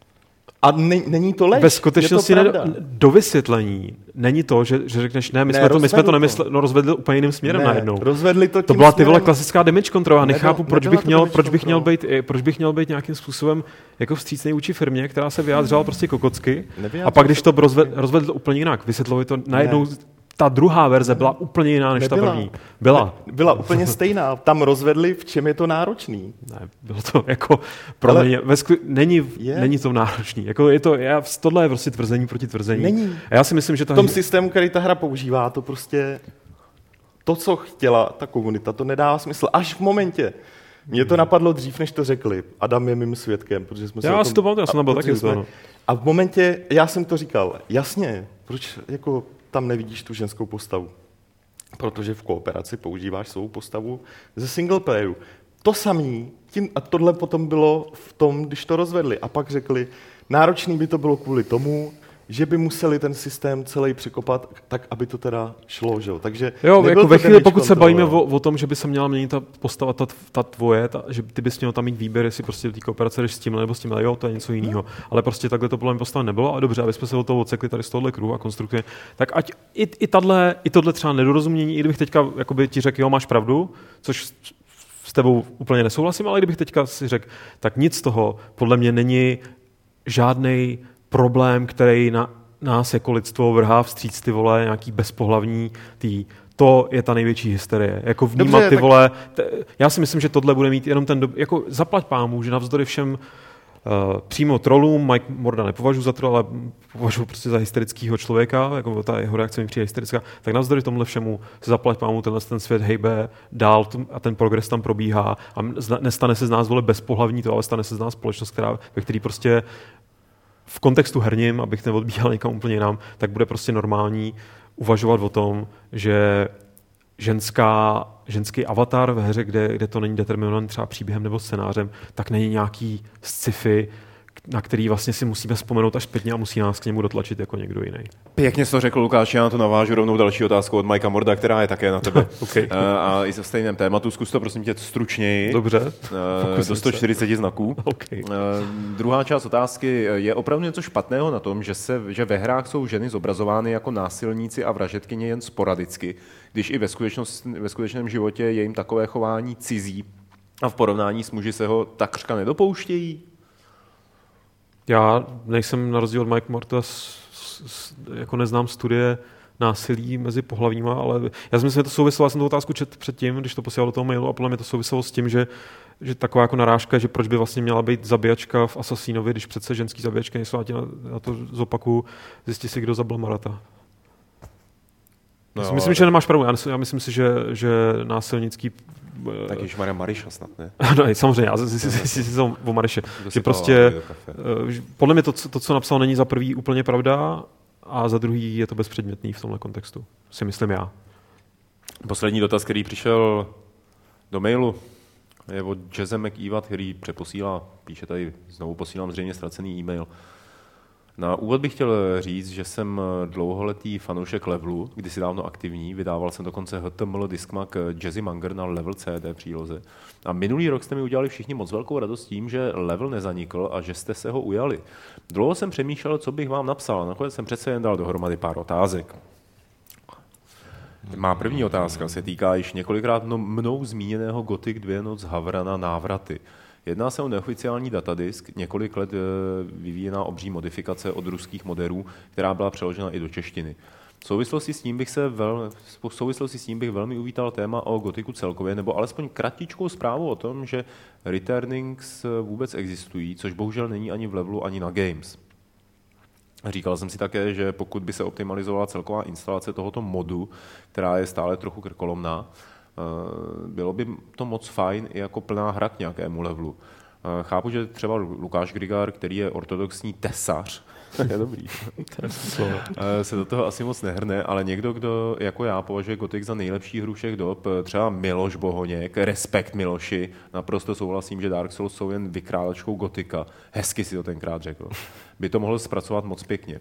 A ne, není to lež.
Ve skutečnosti ne, do vysvětlení není to, že, že řekneš, ne, my
ne,
jsme to, my jsme to nemysleli, no rozvedli úplně jiným směrem
ne,
najednou.
Rozvedli to tím
To byla ty vole
směrem...
klasická damage control. Já nechápu,
Nebyl,
proč bych měl, proč bych měl
control.
být, proč bych měl být nějakým způsobem jako vstřícnej vůči firmě, která se vyjádřila prostě kokocky.
Nevyjádřil
A pak když to rozvedli, rozvedli to úplně jinak, vysvětlovali to najednou. Ne. Ta druhá verze byla úplně jiná než
Nebyla.
ta první. Byla.
Ne, byla úplně stejná. Tam rozvedli, v čem je to náročný.
Ne, bylo to jako pro
Ale
mě, ve skli, není, není to náročný. Jako je to, já, tohle je prostě tvrzení proti tvrzení.
Není.
A já si myslím, že ta...
V tom systému, který ta hra používá, to prostě to, co chtěla ta komunita, to nedává smysl. Až v momentě. Mně to napadlo dřív, než to řekli. Adam je mým svědkem, protože jsme se
já
o tom...
si to pamatuju, já jsem byl taky
jsme, a v momentě, já jsem to říkal, jasně, proč jako tam nevidíš tu ženskou postavu? Protože v kooperaci používáš svou postavu ze singleplayeru. To samý, tím, a tohle potom bylo v tom, když to rozvedli. A pak řekli, náročný by to bylo kvůli tomu, že by museli ten systém celý překopat, tak aby to teda šlo, že jo. Takže
jo, jako ve chvíli, pokud se bavíme o, o tom, že by se měla měnit ta postava, ta, ta tvoje, ta, že ty bys měl tam mít výběr, jestli prostě do té kooperace jdeš s tímhle nebo s tímhle, jo, to je něco jiného. No. Ale prostě takhle to podle mě postaven nebylo a dobře, aby jsme se od toho odsekli tady z tohohle kruhu a konstruktivně. Tak ať i, i, tadle, i tohle třeba nedorozumění, i kdybych teďka jakoby ti řekl, jo, máš pravdu, což s tebou úplně nesouhlasím, ale kdybych teďka si řekl, tak nic z toho podle mě není žádnej problém, který na nás jako lidstvo vrhá vstříc, ty vole, nějaký bezpohlavní tý. To je ta největší hysterie. Jako vnímat Dobře, ty tak... vole. T- já si myslím, že tohle bude mít jenom ten... Do... Jako zaplať pámu, že navzdory všem uh, přímo trolům, Mike Morda nepovažuji za troll, ale považuji prostě za hysterického člověka, jako ta jeho reakce mi přijde hysterická, tak navzdory tomhle všemu se zaplať pámu, tenhle ten svět hejbe dál a ten progres tam probíhá a nestane se z nás, vole, bezpohlavní to, ale stane se z nás společnost, která, ve který prostě v kontextu herním, abych neodbíhal někam úplně jinam, tak bude prostě normální uvažovat o tom, že ženská, ženský avatar ve hře, kde, kde to není determinovaný třeba příběhem nebo scénářem, tak není nějaký sci-fi, na který vlastně si musíme vzpomenout až zpětně a musí nás k němu dotlačit jako někdo jiný.
Pěkně jsi to řekl, Lukáš, já na to navážu rovnou další otázku od Mikea Morda, která je také na tebe.
Okay.
A i se stejném tématu, zkus to prosím tě stručněji.
Dobře.
Do sto čtyřicet znaků.
Okay.
Druhá část otázky, je opravdu něco špatného na tom, že, se, že ve hrách jsou ženy zobrazovány jako násilníci a vražedkyně jen sporadicky, když i ve, ve skutečném životě je jim takové chování cizí a v porovnání s muži se ho takřka nedopouštějí?
Já nejsem na rozdíl od Mike Morta, s, s, jako neznám studie násilí mezi pohlavíma, ale já si myslím, že to souviselo, já jsem tu otázku čet předtím, když to posílal do toho mailu a podle mě to souviselo s tím, že, že taková jako narážka, že proč by vlastně měla být zabíjačka v Assassinovi, když přece ženský zabíjačka nejsou, já, na, já to zopakuju, zjistí si, kdo zabil Marata. No, já si myslím, ale... že nemáš pravdu, já, já myslím si, že, že násilnický
tak již Maria Mariša snad, ne?
No, samozřejmě, já si si o Mariše. Že prostě, podle mě to, to, co napsal, není za prvý úplně pravda a za druhý je to bezpředmětný v tomhle kontextu. Si myslím já.
Poslední dotaz, který přišel do mailu, je od Jesse McEva, který přeposílá, píše tady, znovu posílám zřejmě ztracený e-mail. Na úvod bych chtěl říct, že jsem dlouholetý fanoušek Levelu, kdysi dávno aktivní, vydával jsem dokonce H T M L diskmak Jazzy Manger na Level C D příloze. A minulý rok jste mi udělali všichni moc velkou radost tím, že Level nezanikl a že jste se ho ujali. Dlouho jsem přemýšlel, co bych vám napsal, a nakonec jsem přece jen dal dohromady pár otázek. Má první otázka se týká již několikrát mnou zmíněného Gothic dva Noc Havrana návraty. Jedná se o neoficiální datadisk, několik let vyvíjená obří modifikace od ruských moderů, která byla přeložena i do češtiny. V souvislosti s tím bych, se vel, v souvislosti s tím bych velmi uvítal téma o Gothicu celkově, nebo alespoň kratičkou zprávu o tom, že returnings vůbec existují, což bohužel není ani v Levelu, ani na Games. Říkal jsem si také, že pokud by se optimalizovala celková instalace tohoto modu, která je stále trochu krkolomná, bylo by to moc fajn i jako plná hra k nějakému levelu. Chápu, že třeba Lukáš Grigar, který je ortodoxní tesař, je dobrý, se do toho asi moc nehrne, ale někdo, kdo jako já považuje Gothic za nejlepší hru všech dob, třeba Miloš Bohoněk, respekt Miloši, naprosto souhlasím, že Dark Souls jsou jen vykrálečkou Gotika, hezky si to tenkrát řekl, by to mohl zpracovat moc pěkně.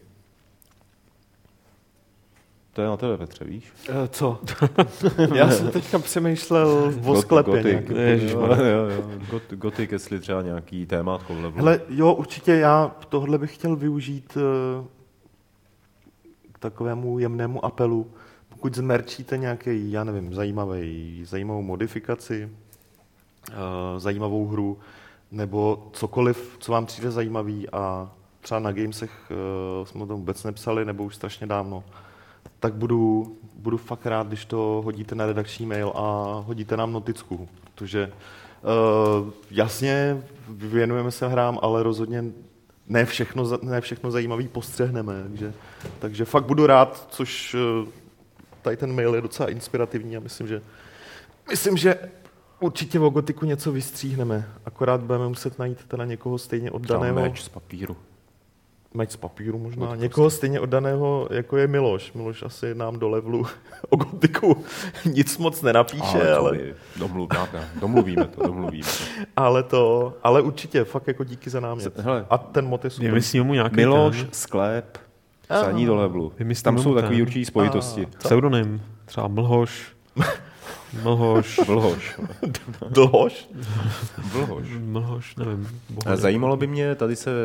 To je na tebe, Petře, víš?
Uh, co? Já jsem teďka přemýšlel o sklepě.
Gothic, jestli třeba nějaký témátko v Levelu.
Hele, jo, určitě já tohle bych chtěl využít uh, k takovému jemnému apelu. Pokud zmerčíte nějaký, já nevím, zajímavý, zajímavou modifikaci, uh, zajímavou hru, nebo cokoliv, co vám přijde zajímavý a třeba na Gamesech uh, jsme o tom vůbec nepsali, nebo už strašně dávno, tak budu, budu fakt rád, když to hodíte na redakční mail a hodíte nám noticku, protože uh, jasně věnujeme se hrám, ale rozhodně ne všechno, ne všechno zajímavý postřehneme, takže, takže fakt budu rád, což uh, tady ten mail je docela inspirativní a myslím, že, myslím, že určitě o Gothicu něco vystříhneme, akorát budeme muset najít teda někoho stejně oddaného.
Meč z papíru.
Meč z papíru možná. Gothic. Někoho stejně oddaného, jako je Miloš. Miloš asi nám do Levelu o Gothicu nic moc nenapíše, ale... ale...
Domluv, domluvíme to, domluvíme to.
ale to, ale určitě, fakt jako díky za námět.
Hele,
a ten mod je super.
Mu nějaký
Miloš, ten... sklep, psaní do Levelu. Tam jsou takový určitý spojitosti.
Pseudonym, třeba Mlhoš. Mlhoš.
Vlhoš.
Dlhoš?
Vlhoš.
Mlhoš, nevím.
Bohledě. Zajímalo by mě, tady se...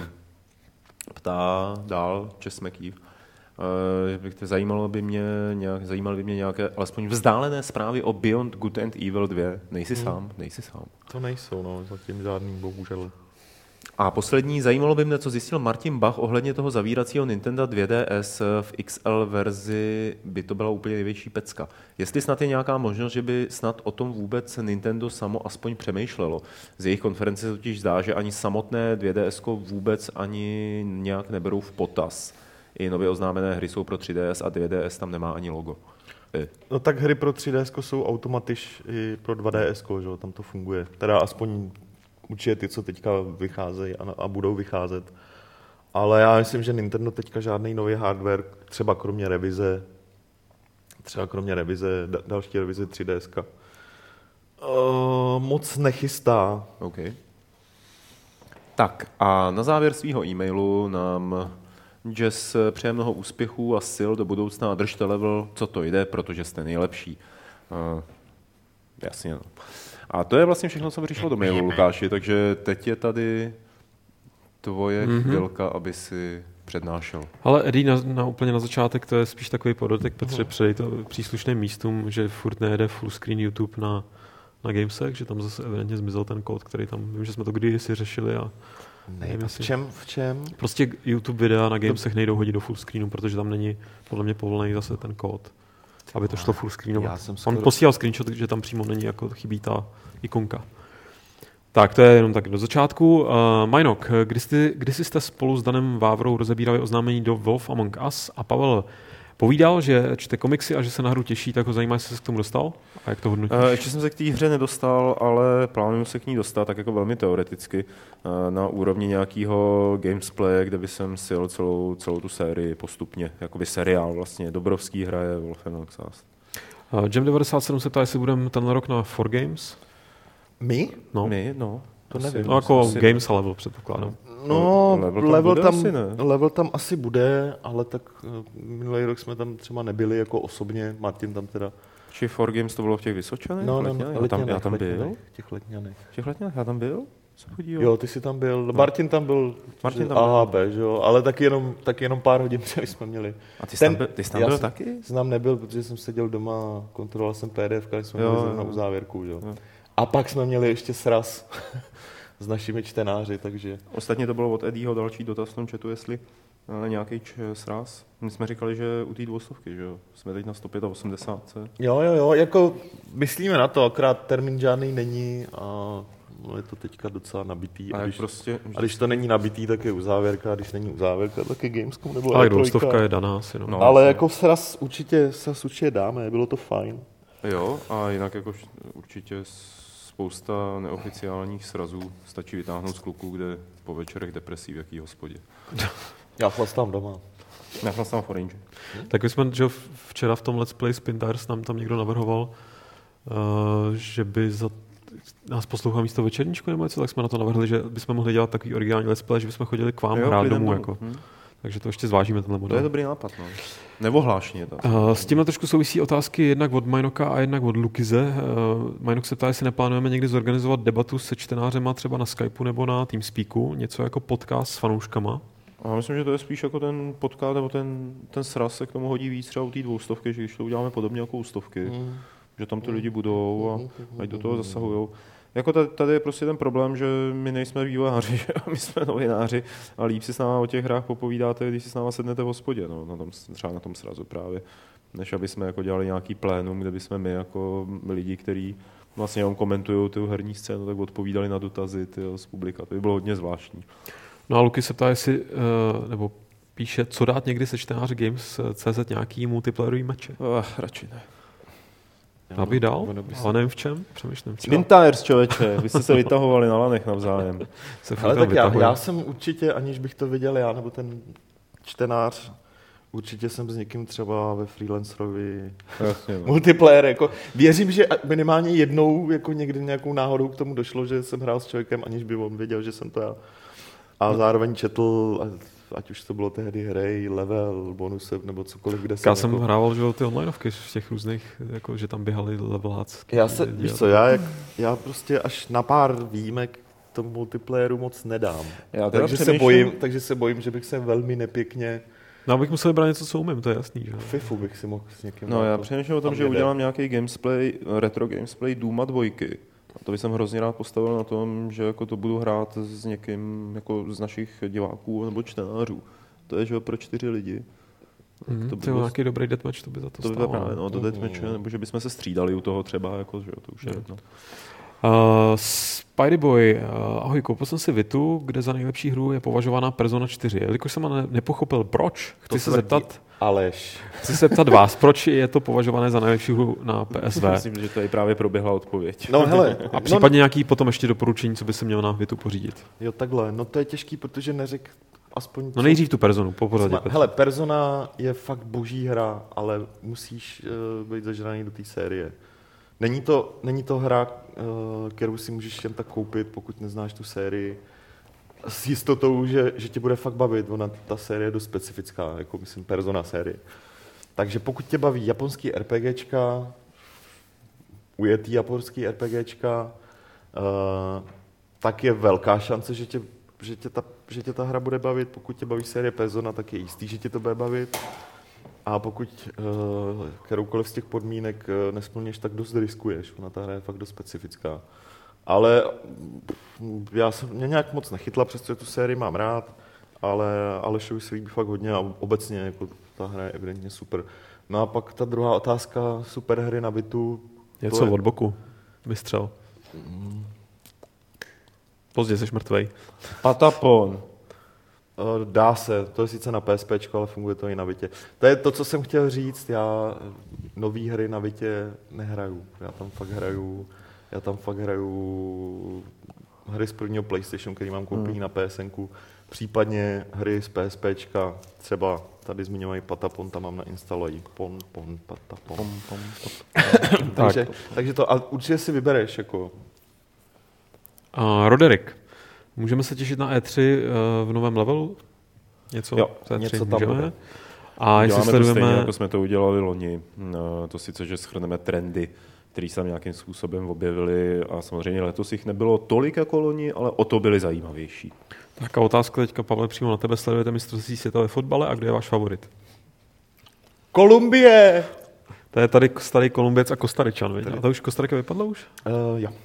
ptá dál Jesse McEve. Zajímalo by mě nějak, zajímalo by mě nějaké alespoň vzdálené zprávy o Beyond Good and Evil dva. Nejsi hmm. sám, nejsi sám.
To nejsou, no, zatím žádný, bohužel.
A poslední, zajímalo by mě, co zjistil Martin Bach ohledně toho zavíracího Nintendo dva D S v X L verzi, by to byla úplně největší pecka. Jestli snad je nějaká možnost, že by snad o tom vůbec Nintendo samo aspoň přemýšlelo. Z jejich konference se totiž zdá, že ani samotné dva D S vůbec ani nějak neberou v potaz. I nově oznámené hry jsou pro tři D S a dva D S tam nemá ani logo. I.
No tak hry pro tři D S jsou automatiš i pro dva D S, že? Tam to funguje. Teda aspoň určitě ty, co teďka vycházejí a, a budou vycházet. Ale já myslím, že Nintendo teďka žádný nový hardware, třeba kromě revize třeba kromě revize, da, další revize tři D S. Uh, moc nechystá.
Okay. Tak a na závěr svého e-mailu nám Jazz přeje mnoho úspěchů a sil do budoucna a držte level, co to jde, protože jste nejlepší. Uh, jasně, no. A to je vlastně všechno, co přišlo do mailu, Lukáši, takže teď je tady tvoje mm-hmm. chvilka, aby si přednášel.
Ale Eddie, na, na úplně na začátek, to je spíš takový podotek, Petře, předej to příslušným místům, že furt nejede full screen YouTube na, na Gamesech, že tam zase evidentně zmizel ten kód, který tam, vím, že jsme to kdysi řešili a
ne, v čem, v čem?
Prostě YouTube videa na Gamesech nejdou hodit do full screenu, protože tam není podle mě povolený zase ten kód, aby to šlo full screenovat.
Skoro...
On posílal screenshot, že tam přímo není, jako chybí ta ikonka. Tak, to je jenom tak do začátku. Uh, Majnok, kdy, jste, kdy jste spolu s Danem Vávrou rozebírali oznámení do Wolf Among Us a Pavel povídal, že čte komiksy a že se na hru těší, tak ho zajímá, jestli se k tomu dostal a jak to hodnotíš?
Uh, ještě jsem se k té hře nedostal, ale plánuju se k ní dostat tak jako velmi teoreticky uh, na úrovni nějakého gamesplaye, kde by jsem sil celou, celou tu sérii postupně, jakoby seriál vlastně. Dobrovský hraje Wolf Among Us.
Uh, Jam devadesát sedm se ptá, jestli budeme tenhle rok na four Games.
My?
No.
My, no.
To nevím. No jako asi Games a level předpokládám.
No, level, level, tam, tam, asi level tam asi bude, ale tak minulý rok jsme tam třeba nebyli jako osobně, Martin tam teda.
Či four Games to bylo v těch Vysočanech?
No, no,
letňanech? Já tam, já tam byl?
V těch letňanech.
V těch letňanech já tam byl?
Jo, ty jsi tam byl. No. Martin tam byl.
Martin tam
A H B, že jo, ale taky jenom, taky jenom pár hodin jsme měli.
A ty jsi tam byl, ty jsi tam byl taky?
Znám nebyl, protože jsem seděl doma, kontroloval jsem P D F, když jsme měli na uzávěrku, že jo. Jo. A pak jsme měli ještě sraz s našimi čtenáři, takže...
Ostatně to bylo od Eddieho další dotaz v tom chatu, jestli uh, nějaký sraz. My jsme říkali, že u té dvoustovky, že jo? Jsme teď na sto osmdesát pět.
Jo, jo, jo, jako myslíme na to, akorát termín žádný není a je to teďka docela nabitý. A, a, když, prostě, a když to není nabitý, tak je uzávěrka, a když není uzávěrka, tak je Gamescom nebo
ale dvoustovka je daná asi, no.
no ale jako sraz určitě, sraz určitě dáme, bylo to fajn.
Jo, a jinak jako určitě spousta neoficiálních srazů stačí vytáhnout z kluků, kde po večerech depresí v jaký hospodě.
Já chlastám doma.
Já chlastám v Orange.
Tak my jsme, že včera v tom Let's Play Spintars nám tam někdo navrhoval, uh, že by za nás poslouchal místo večerníčku nebo něco, tak jsme na to navrhli, že bychom mohli dělat takový originální Let's Play, že bychom chodili k vám jo, hrát domů. Jako. Hmm. Takže to ještě zvážíme tenhle model.
To je dobrý nápad, no. Nevohlášně to.
Uh, s tímhle trošku souvisí otázky jednak od Majnoka a jednak od Lukize. Uh, Majnok se ptá, jestli neplánujeme někdy zorganizovat debatu se čtenářema třeba na Skypeu nebo na TeamSpeaku, něco jako podcast s fanouškama.
A myslím, že to je spíš jako ten podcast nebo ten, ten sraz se k tomu hodí víc třeba u té dvoustovky, že když to uděláme podobně jako u stovky, mm. že tam ty lidi budou a ať do toho zasahujou. Jako tady je prostě ten problém, že my nejsme vývojáři, že? My jsme novináři a líp si s náma o těch hrách popovídáte, když si s náma sednete v hospodě, no, na tom, třeba na tom srazu právě, než aby jsme jako dělali nějaký plénum, kde bychom my jako lidi, kteří vlastně jenom komentují tu herní scénu, tak odpovídali na dotazy tyjo, z publika, to by bylo hodně zvláštní.
No a Luky se ptá, jestli, uh, nebo píše, co dát někdy se čtenáři Games tečka cé zet nějaký multiplayerový meče.
Uh, radši ne.
Já bych dal, ale nevím v čem, přemýšlím.
Spintires, člověče, vy jste se vytahovali na lanech navzájem.
Ale tak já, já jsem určitě, aniž bych to viděl já, nebo ten čtenář, určitě jsem s někým třeba ve freelancerovi multiplayer. Jako, věřím, že minimálně jednou jako někdy nějakou náhodou k tomu došlo, že jsem hrál s člověkem, aniž by on věděl, že jsem to já. A zároveň četl, ať už to bylo tehdy hry, level, bonusy nebo cokoliv, kde jsem...
Já jsem
jako...
hrával že, ty onlineovky v těch různých, jako, že tam běhali levelácky.
Já se, víš co, já, jak, já prostě až na pár výjimek tomu multiplayeru moc nedám. Já takže, přemýšlím... se bojím, takže se bojím, že bych se velmi nepěkně...
No, abych musel brát něco, co umím, to je jasný. Že?
Fifu bych si mohl s někým...
No, já přemýšlím o tom, že udělám nějaký gamesplay, retro gamesplay Dooma dvojky. A to bych jsem hrozně rád postavil na tom, že jako to budu hrát s někým jako z našich diváků nebo čtenářů. To je, že pro čtyři lidi.
Mm, to by bylo nějaký dobrý deathmatch, to by za to,
to
stálo.
To by právě, no, to deathmatch, mm. nebo že bychom se střídali u toho třeba, jako, že to už je jedno.
Uh, Spideyboy, uh, ahoj, koupil jsem si Vitu, kde za nejlepší hru je považována Persona čtyři. Jelikož jsem ne, nepochopil proč, chci to se zeptat...
Aleš.
Chci se ptat vás, proč je to považované za nejlepší hru na P S V?
Myslím, že to je právě proběhla odpověď.
No hele.
A případně no, nějaký potom ještě doporučení, co by se měl na Vitu pořídit.
Jo, takhle. No to je těžký, protože neřek aspoň...
No nejdřív tu Personu, po pořadě.
Hele, Persona je fakt boží hra, ale musíš uh, být zažraný do té série. Není to, není to hra, uh, kterou si můžeš jen tak koupit, pokud neznáš tu sérii. S jistotou, že, že tě bude fakt bavit. Ona, ta série je dost specifická, jako myslím Persona série. Takže pokud tě baví japonský RPGčka, ujetý japonský RPGčka, uh, tak je velká šance, že tě, že, tě ta, že tě ta hra bude bavit. Pokud tě baví série Persona, tak je jistý, že tě to bude bavit. A pokud uh, kteroukoliv z těch podmínek uh, nesplníš, tak dost riskuješ. Ona ta hra je fakt dost specifická. Ale já jsem mě nějak moc nechytla, přestože tu sérii mám rád, ale Alešovi se líbí fakt hodně a obecně jako ta hra je evidentně super. No a pak ta druhá otázka, superhry na bytu.
Něco je... od boku, vystřel. Mm. Pozdě jsi mrtvej.
Patapon.
Dá se, to je sice na PSPčko, ale funguje to i na Vitě. To je to, co jsem chtěl říct, já nový hry na Vitě nehraju. Já tam fakt hraju, já tam fakt hraju hry z prvního PlayStation, který mám koupený hmm. na PSNku, případně hry z PSPčka, třeba tady zmiňovaný Patapon, tam mám nainstalovaný. Pon, pon, patapon. Pom, pom, pom. takže, takže to, a určitě si vybereš, jako.
Uh, Roderick. Můžeme se těšit na E tři uh, v novém levelu? Něco,
jo,
E tři
něco tam
můžeme?
bude.
A jestli
Děláme
sledujeme...
to stejně, jako jsme to udělali loni. No, to sice, že shrneme trendy, které se tam nějakým způsobem objevily a samozřejmě letos jich nebylo tolik jako loni, ale o to byly zajímavější.
Tak a otázka teďka, Pavle, přímo na tebe. Sledujete mistrovství světa ve fotbale a kdo je váš favorit?
Kolumbie!
To je tady starý Kolumbiec a Kostaričan, viď? A to už Kostarika vypadla už?
Uh, jo.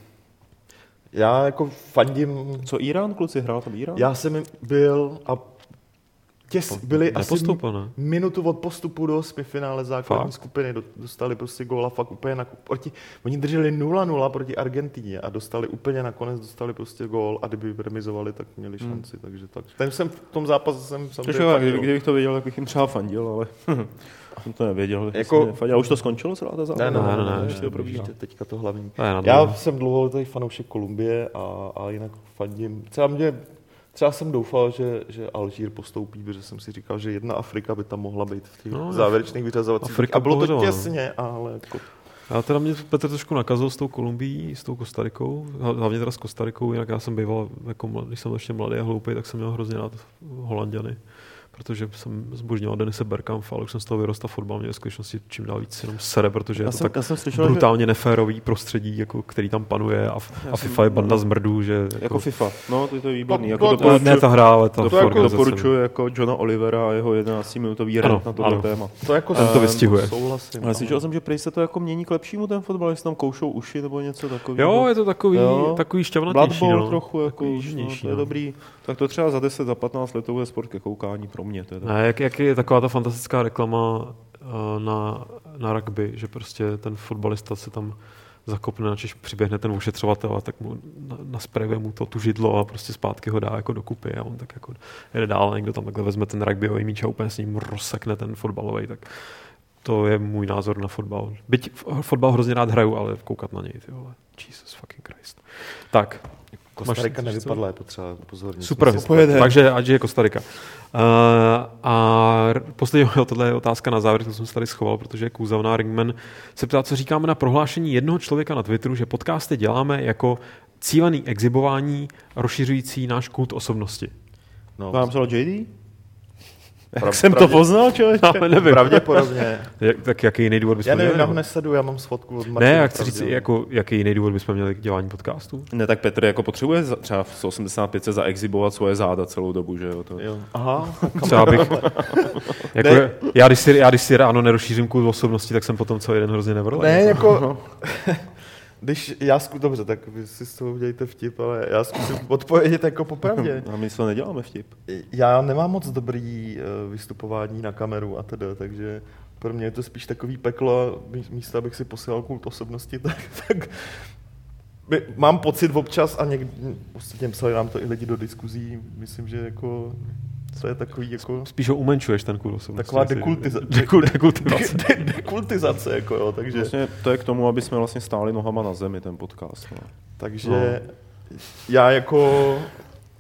Já jako fandím...
Co Irán, kluci, hrál tam Irán?
Já jsem byl a těs, byli asi
ne?
minutu od postupu do osmifinále základní fakt? skupiny, dostali prostě góla fakt úplně na... Proti, oni drželi nula nula proti Argentíně a dostali úplně nakonec, dostali prostě gól a kdyby remizovali, tak měli šanci, hmm. takže tak. Ten jsem v tom zápase jsem samozřejmě
kdyby, kdybych to věděl, tak bych jim třeba fandil, ale jsem to nevěděl.
Jako,
a už to skončilo celá ta zápase?
Ne, ne, ne, ne, ne, ještě, ještě teďka to hlavní. Ne, Já jsem dlouholetý fanoušek Kolumbie a, a jinak fandím. Třeba mě Třeba jsem doufal, že, že Alžír postoupí, protože jsem si říkal, že jedna Afrika by tam mohla být v těch no, závěrečných vyřazovacích. A bylo to těsně, ale... Jako...
Já teda mě Petr trošku nakazil s tou Kolumbií, s tou Kostarikou, hlavně teda s Kostarikou, jinak já jsem býval, jako, když jsem ještě mladý a hloupý, tak jsem měl hrozně rád Holanďany, protože jsem zbožňoval Denise Bergkampa, ale už jsem z toho vyrostl fotbal, mě ve skutečnosti čím dál víc jenom sere, protože já je to jsem, tak slyšel, brutálně že... neférový prostředí, jako, který tam panuje a, a FIFA je banda zmrdů, že...
Jako, jako FIFA, no to je to výborný.
To,
jako
to,
doporučuji,
ne ta hra, ale ta
to jako doporučuji jako Johna Olivera a jeho jedenáctiminutový rant na tohle téma.
To jako
to vystihuje.
Souhlasím.
Ale slyšel jsem, že prý se to jako mění k lepšímu ten fotbal, jestli tam koušou uši nebo něco takového.
Jo, je to takový, jo. takový šťavnatější.
Blood Bowl
no.
trochu, jako, no, to je dobrý. Tak to třeba za deset, za patnáct let to bude sport ke koukání pro mě. To je
ne, jak, jak je taková ta fantastická reklama uh, na, na rugby, že prostě ten fotbalista se tam zakopne, načež přiběhne ten ošetřovatel a tak mu nasprejuje mu to tu židlo a prostě zpátky ho dá jako dokupy a on tak jako jede dál a někdo tam takhle vezme ten rugbyový míč a úplně s ním rozsekne ten fotbalový, tak to je můj názor na fotbal. Byť fotbal hrozně rád hraju, ale koukat na něj, ty vole. Jesus fucking Christ. Tak.
Kostarika nevypadla, je potřeba pozorně.
Super, takže ať je Kostarika. Uh, a poslední, tohle je otázka na závěr, to jsem se tady schoval, protože Kůzavná Ringman se ptá, co říkáme na prohlášení jednoho člověka na Twitteru, že podcasty děláme jako cílený exhibování rozšiřující náš kult osobnosti.
No, vám psal J D? Jak Prav, jsem pravdě, to poznal, člověče?
Ale nevím.
Pravděpodobně.
Jak, tak jaký jiný důvod bychom
já nevím,
měli?
Já nevím, nesedu, já mám svodku od Martina.
Ne, jak chci říct, jako, jaký jiný důvod bychom měli k dělání podcastu?
Ne, tak Petr jako potřebuje za, třeba v sto osmdesát pět zaexhibovat svoje záda celou dobu, že jo? To...
jo. Aha.
Třeba bych... jako, já, když si, já když si ráno nerozšířím kult osobnosti, tak jsem potom celý den hrozně nevrlej.
Ne, jako... Když já zku, dobře, tak vy si z toho udělejte vtip, ale já zkusím odpovědět jako popravdě.
A my se neděláme vtip.
Já nemám moc dobrý uh, vystupování na kameru a teda, takže pro mě je to spíš takový peklo, místo abych si posílal kult osobnosti, tak, tak mám pocit občas a někdy, vlastně psali nám to i lidi do diskuzí, myslím, že jako... To je takový jako...
Spíš ho umenšuješ ten kult osobnosti.
Taková dekultiza-
dekul- dekultivace.
De- de- dekultizace, jako jo, takže...
Vlastně to je k tomu, aby jsme vlastně stáli nohama na zemi, ten podcast. No.
Takže no. já jako...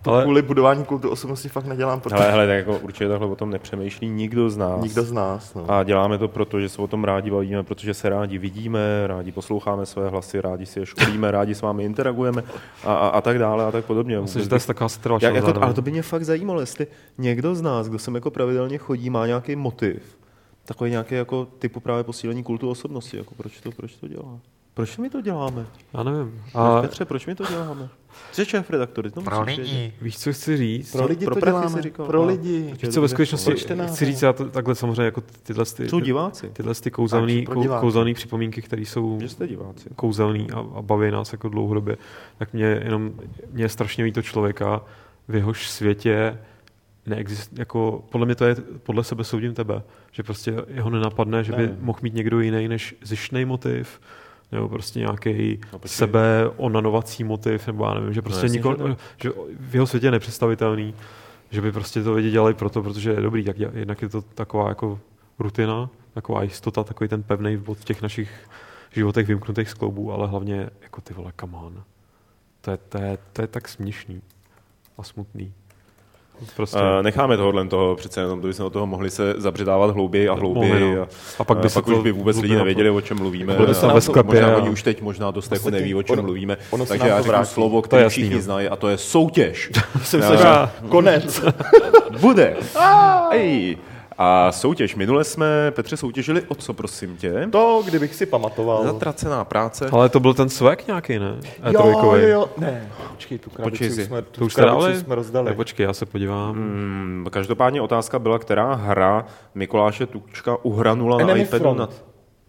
to ale... kvůli budování kultu osobnosti fakt nedělám. Protože...
Hele, hele, tak jako určitě takhle o tom nepřemýšlí nikdo z nás.
Nikdo z nás, no.
A děláme to proto, že se o tom rádi bavíme, protože se rádi vidíme, rádi posloucháme své hlasy, rádi si je školíme, rádi s vámi interagujeme a, a, a tak dále a tak podobně.
Myslím, že to je taková
jak, jako, ale to by mě fakt zajímalo, jestli někdo z nás, kdo sem jako pravidelně chodí, má nějaký motiv, takový nějaký jako typu právě posílení kultu osobnosti. Jako proč to, proč to dělá? Proč my to děláme?
Já nevím.
A... Petře, proč my to děláme? Jsi šéf redaktor, to
pro lidi. Vědět. Víš, co chci říct?
Pro lidi
pro
to děláme, říkal, pro lidi.
Víš, co ve skutečnosti chci říct, já to, takhle samozřejmě jako tyhle ty,
jsou diváci.
Tyhle ty kouzelný, kouzelný připomínky, které jsou kouzelný a, a baví nás jako dlouhodobě, tak mě jenom mě je strašně líto člověka, v jehož světě neexist, jako podle mě to je, podle sebe soudím tebe, že prostě jeho nenapadne, že by ne. mohl mít někdo jiný než zištnej motiv, nebo prostě nějaký no, sebe onanovací motiv, nebo já nevím, že prostě no, jasně, nikol, že, že v jeho světě je nepředstavitelný, že by prostě to lidi dělali proto, protože je dobrý, tak jednak je to taková jako rutina, taková jistota, takový ten pevný bod v těch našich životech vymknutých z kloubů, ale hlavně jako ty vole, come on. To je, to je, to je tak směšný a smutný.
Prostě. Uh, necháme tohohle toho, přece jenom, kdyby jsme od toho mohli se zabředávat hlouběji a hlouběji. A,
a pak, by
a pak už by vůbec lidi nevěděli, o čem mluvíme.
A, a
to, možná oni už teď možná dost jako neví, o čem ono, mluvíme. Ono takže já řeknu slovo, které všichni znají, a to je soutěž.
Jsem se říkal, konec.
Bude. Ej. A soutěž. Minule jsme, Petře, soutěžili o co, prosím tě?
To, kdybych si pamatoval.
Zatracená práce.
Ale to byl ten swag nějaký, ne?
E tři. Jo, jo, ne. Počkej, tu krabici
Počkej
jsme,
tu krabici
jsme rozdali.
Tak počkej, já se podívám.
Hmm, každopádně otázka byla, která hra Mikuláše Tučka uhranula
Enemy
na iPadu
Front.
na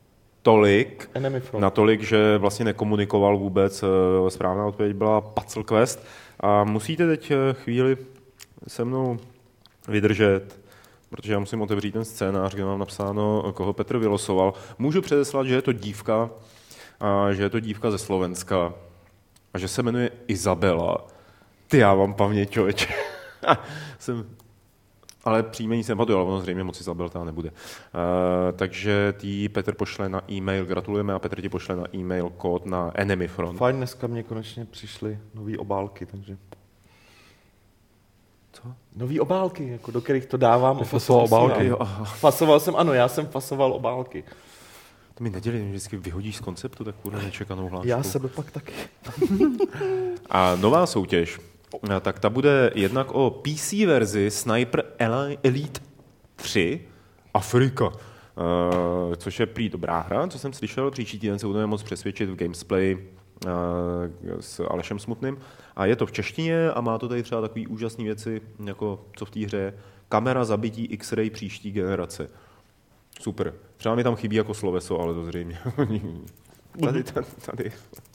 tolik,
Front.
na tolik, že vlastně nekomunikoval vůbec. Správná odpověď byla Puzzle Quest. A musíte teď chvíli se mnou vydržet, protože já musím otevřít ten scénář, kde mám napsáno, koho Petr vylosoval. Můžu předeslat, že je to dívka, a že je to dívka ze Slovenska a že se jmenuje Izabela. Ty, já mám paměť, člověče. jsem... Ale příjmení jsem pamatuju, ale ono zřejmě moc Izabel ta nebude. Uh, takže ty Petr pošle na e-mail, gratulujeme, a Petr ti pošle na e-mail kód na Enemy Front.
Fajn, dneska mě konečně přišly nový obálky, takže...
Co?
Nový obálky, jako do kterých to dávám.
Fasoval obálky,
jo. Fasoval jsem, ano, já jsem fasoval obálky.
To mi nedělí, že vždycky vyhodíš z konceptu takovou nečekanou hlášku.
Já sebe pak taky.
A nová soutěž, tak ta bude jednak o P C verzi Sniper Elite tři Afrika, uh, což je prý dobrá hra, co jsem slyšel. Příští týden se budeme moc přesvědčit v Gamesplay uh, s Alešem Smutným. A je to v češtině a má to tady třeba takový úžasný věci, jako co v té hře je. Kamera zabití X-ray příští generace. Super. Třeba mi tam chybí jako sloveso, ale to zřejmě. tady, tady, tady.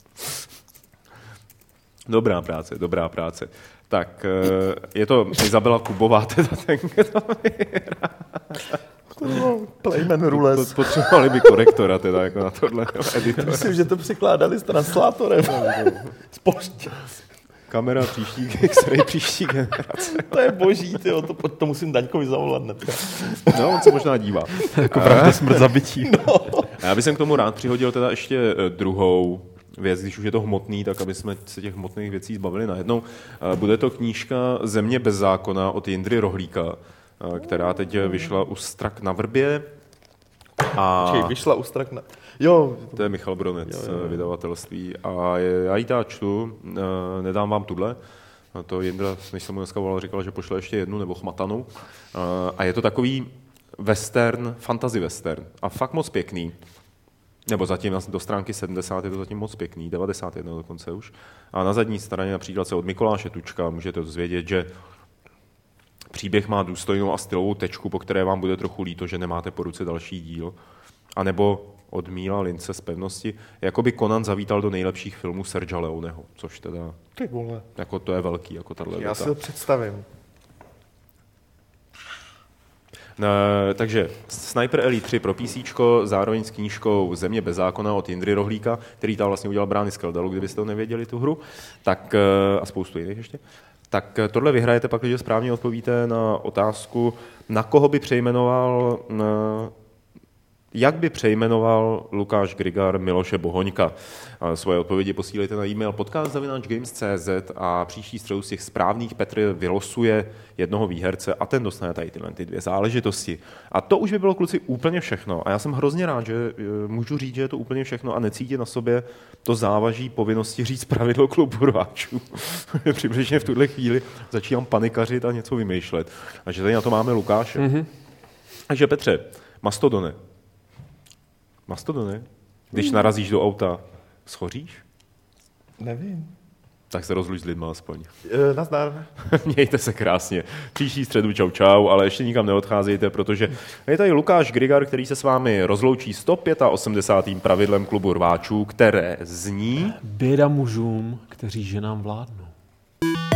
Dobrá práce, dobrá práce. Tak, je to Izabela Kubová, teda ten, kdo vyhrá.
Playman Rules.
Potřebovali by korektora teda jako na tohle editora.
Myslím, že to přikládali s translátorem. Společně.
Kamera příští, X-ray příští generace.
To je boží, tyjo, to, to musím Daňkovi zavolat hnedka.
No, on se možná dívá.
Jako pravda smrt zabití.
No. Já bych k tomu rád přihodil teda ještě druhou věc, když už je to hmotný, tak aby jsme se těch hmotných věcí zbavili najednou. Bude to knížka Země bez zákona od Jindry Rohlíka, která teď vyšla u Strak na Vrbě. A...
Počkej, vyšla u Strak na... Jo.
To je Michal Bronec,
jo, jo, jo.
vydavatelství. A já ji teda čtu, nedám vám tuhle. To Jindra, než jsem mu dneska volal, říkala, že pošle ještě jednu nebo chmatanou. A je to takový western, fantasy western. A fakt moc pěkný. Nebo zatím do stránky sedmdesát je to zatím moc pěkný, devadesát jedna dokonce už. A na zadní straně například se od Mikuláše Tučka můžete dozvědět, že příběh má důstojnou a stylovou tečku, po které vám bude trochu líto, že nemáte po ruce další díl. A nebo od Míla Lince z Pevnosti, jako by Conan zavítal do nejlepších filmů Sergea Leoneho, což teda...
Ty vole.
Jako to je velký, jako tahle
Já si to představím.
No, takže Sniper Elite tři pro PCčko, zároveň s knížkou Země bez zákona od Jindry Rohlíka, který tam vlastně udělal Brány z Keldalu, kdybyste to nevěděli, tu hru, tak, a spoustu jiných ještě. Tak tohle vyhrajete pak, když správně odpovíte na otázku, na koho by přejmenoval Jak by přejmenoval Lukáš Grigar Miloše Bohoňka? Svoje odpovědi posílejte na e-mail podcast zavináč games tečka cé zet a příští středu z těch správných Petr vylosuje jednoho výherce a ten dostane tady tyhle ty dvě záležitosti. A to už by bylo, kluci, úplně všechno. A já jsem hrozně rád, že můžu říct, že je to úplně všechno a necítit na sobě to závaží povinnosti říct pravidlo klubu rváčů. Přibližně v tuhle chvíli začínám panikařit a něco vymýšlet. A že tady na to máme Lukáše. Mm-hmm. Takže Petře, Mastodone. Mastodone? Když narazíš do auta, schoříš?
Nevím.
Tak se rozluč s lidma aspoň.
E, nazdar.
Mějte se krásně. Příští středu čau čau, ale ještě nikam neodcházejte, protože je tady Lukáš Grigar, který se s vámi rozloučí sto osmdesátým pátým pravidlem klubu rváčů, které zní...
Běda mužům, kteří ženám vládnou.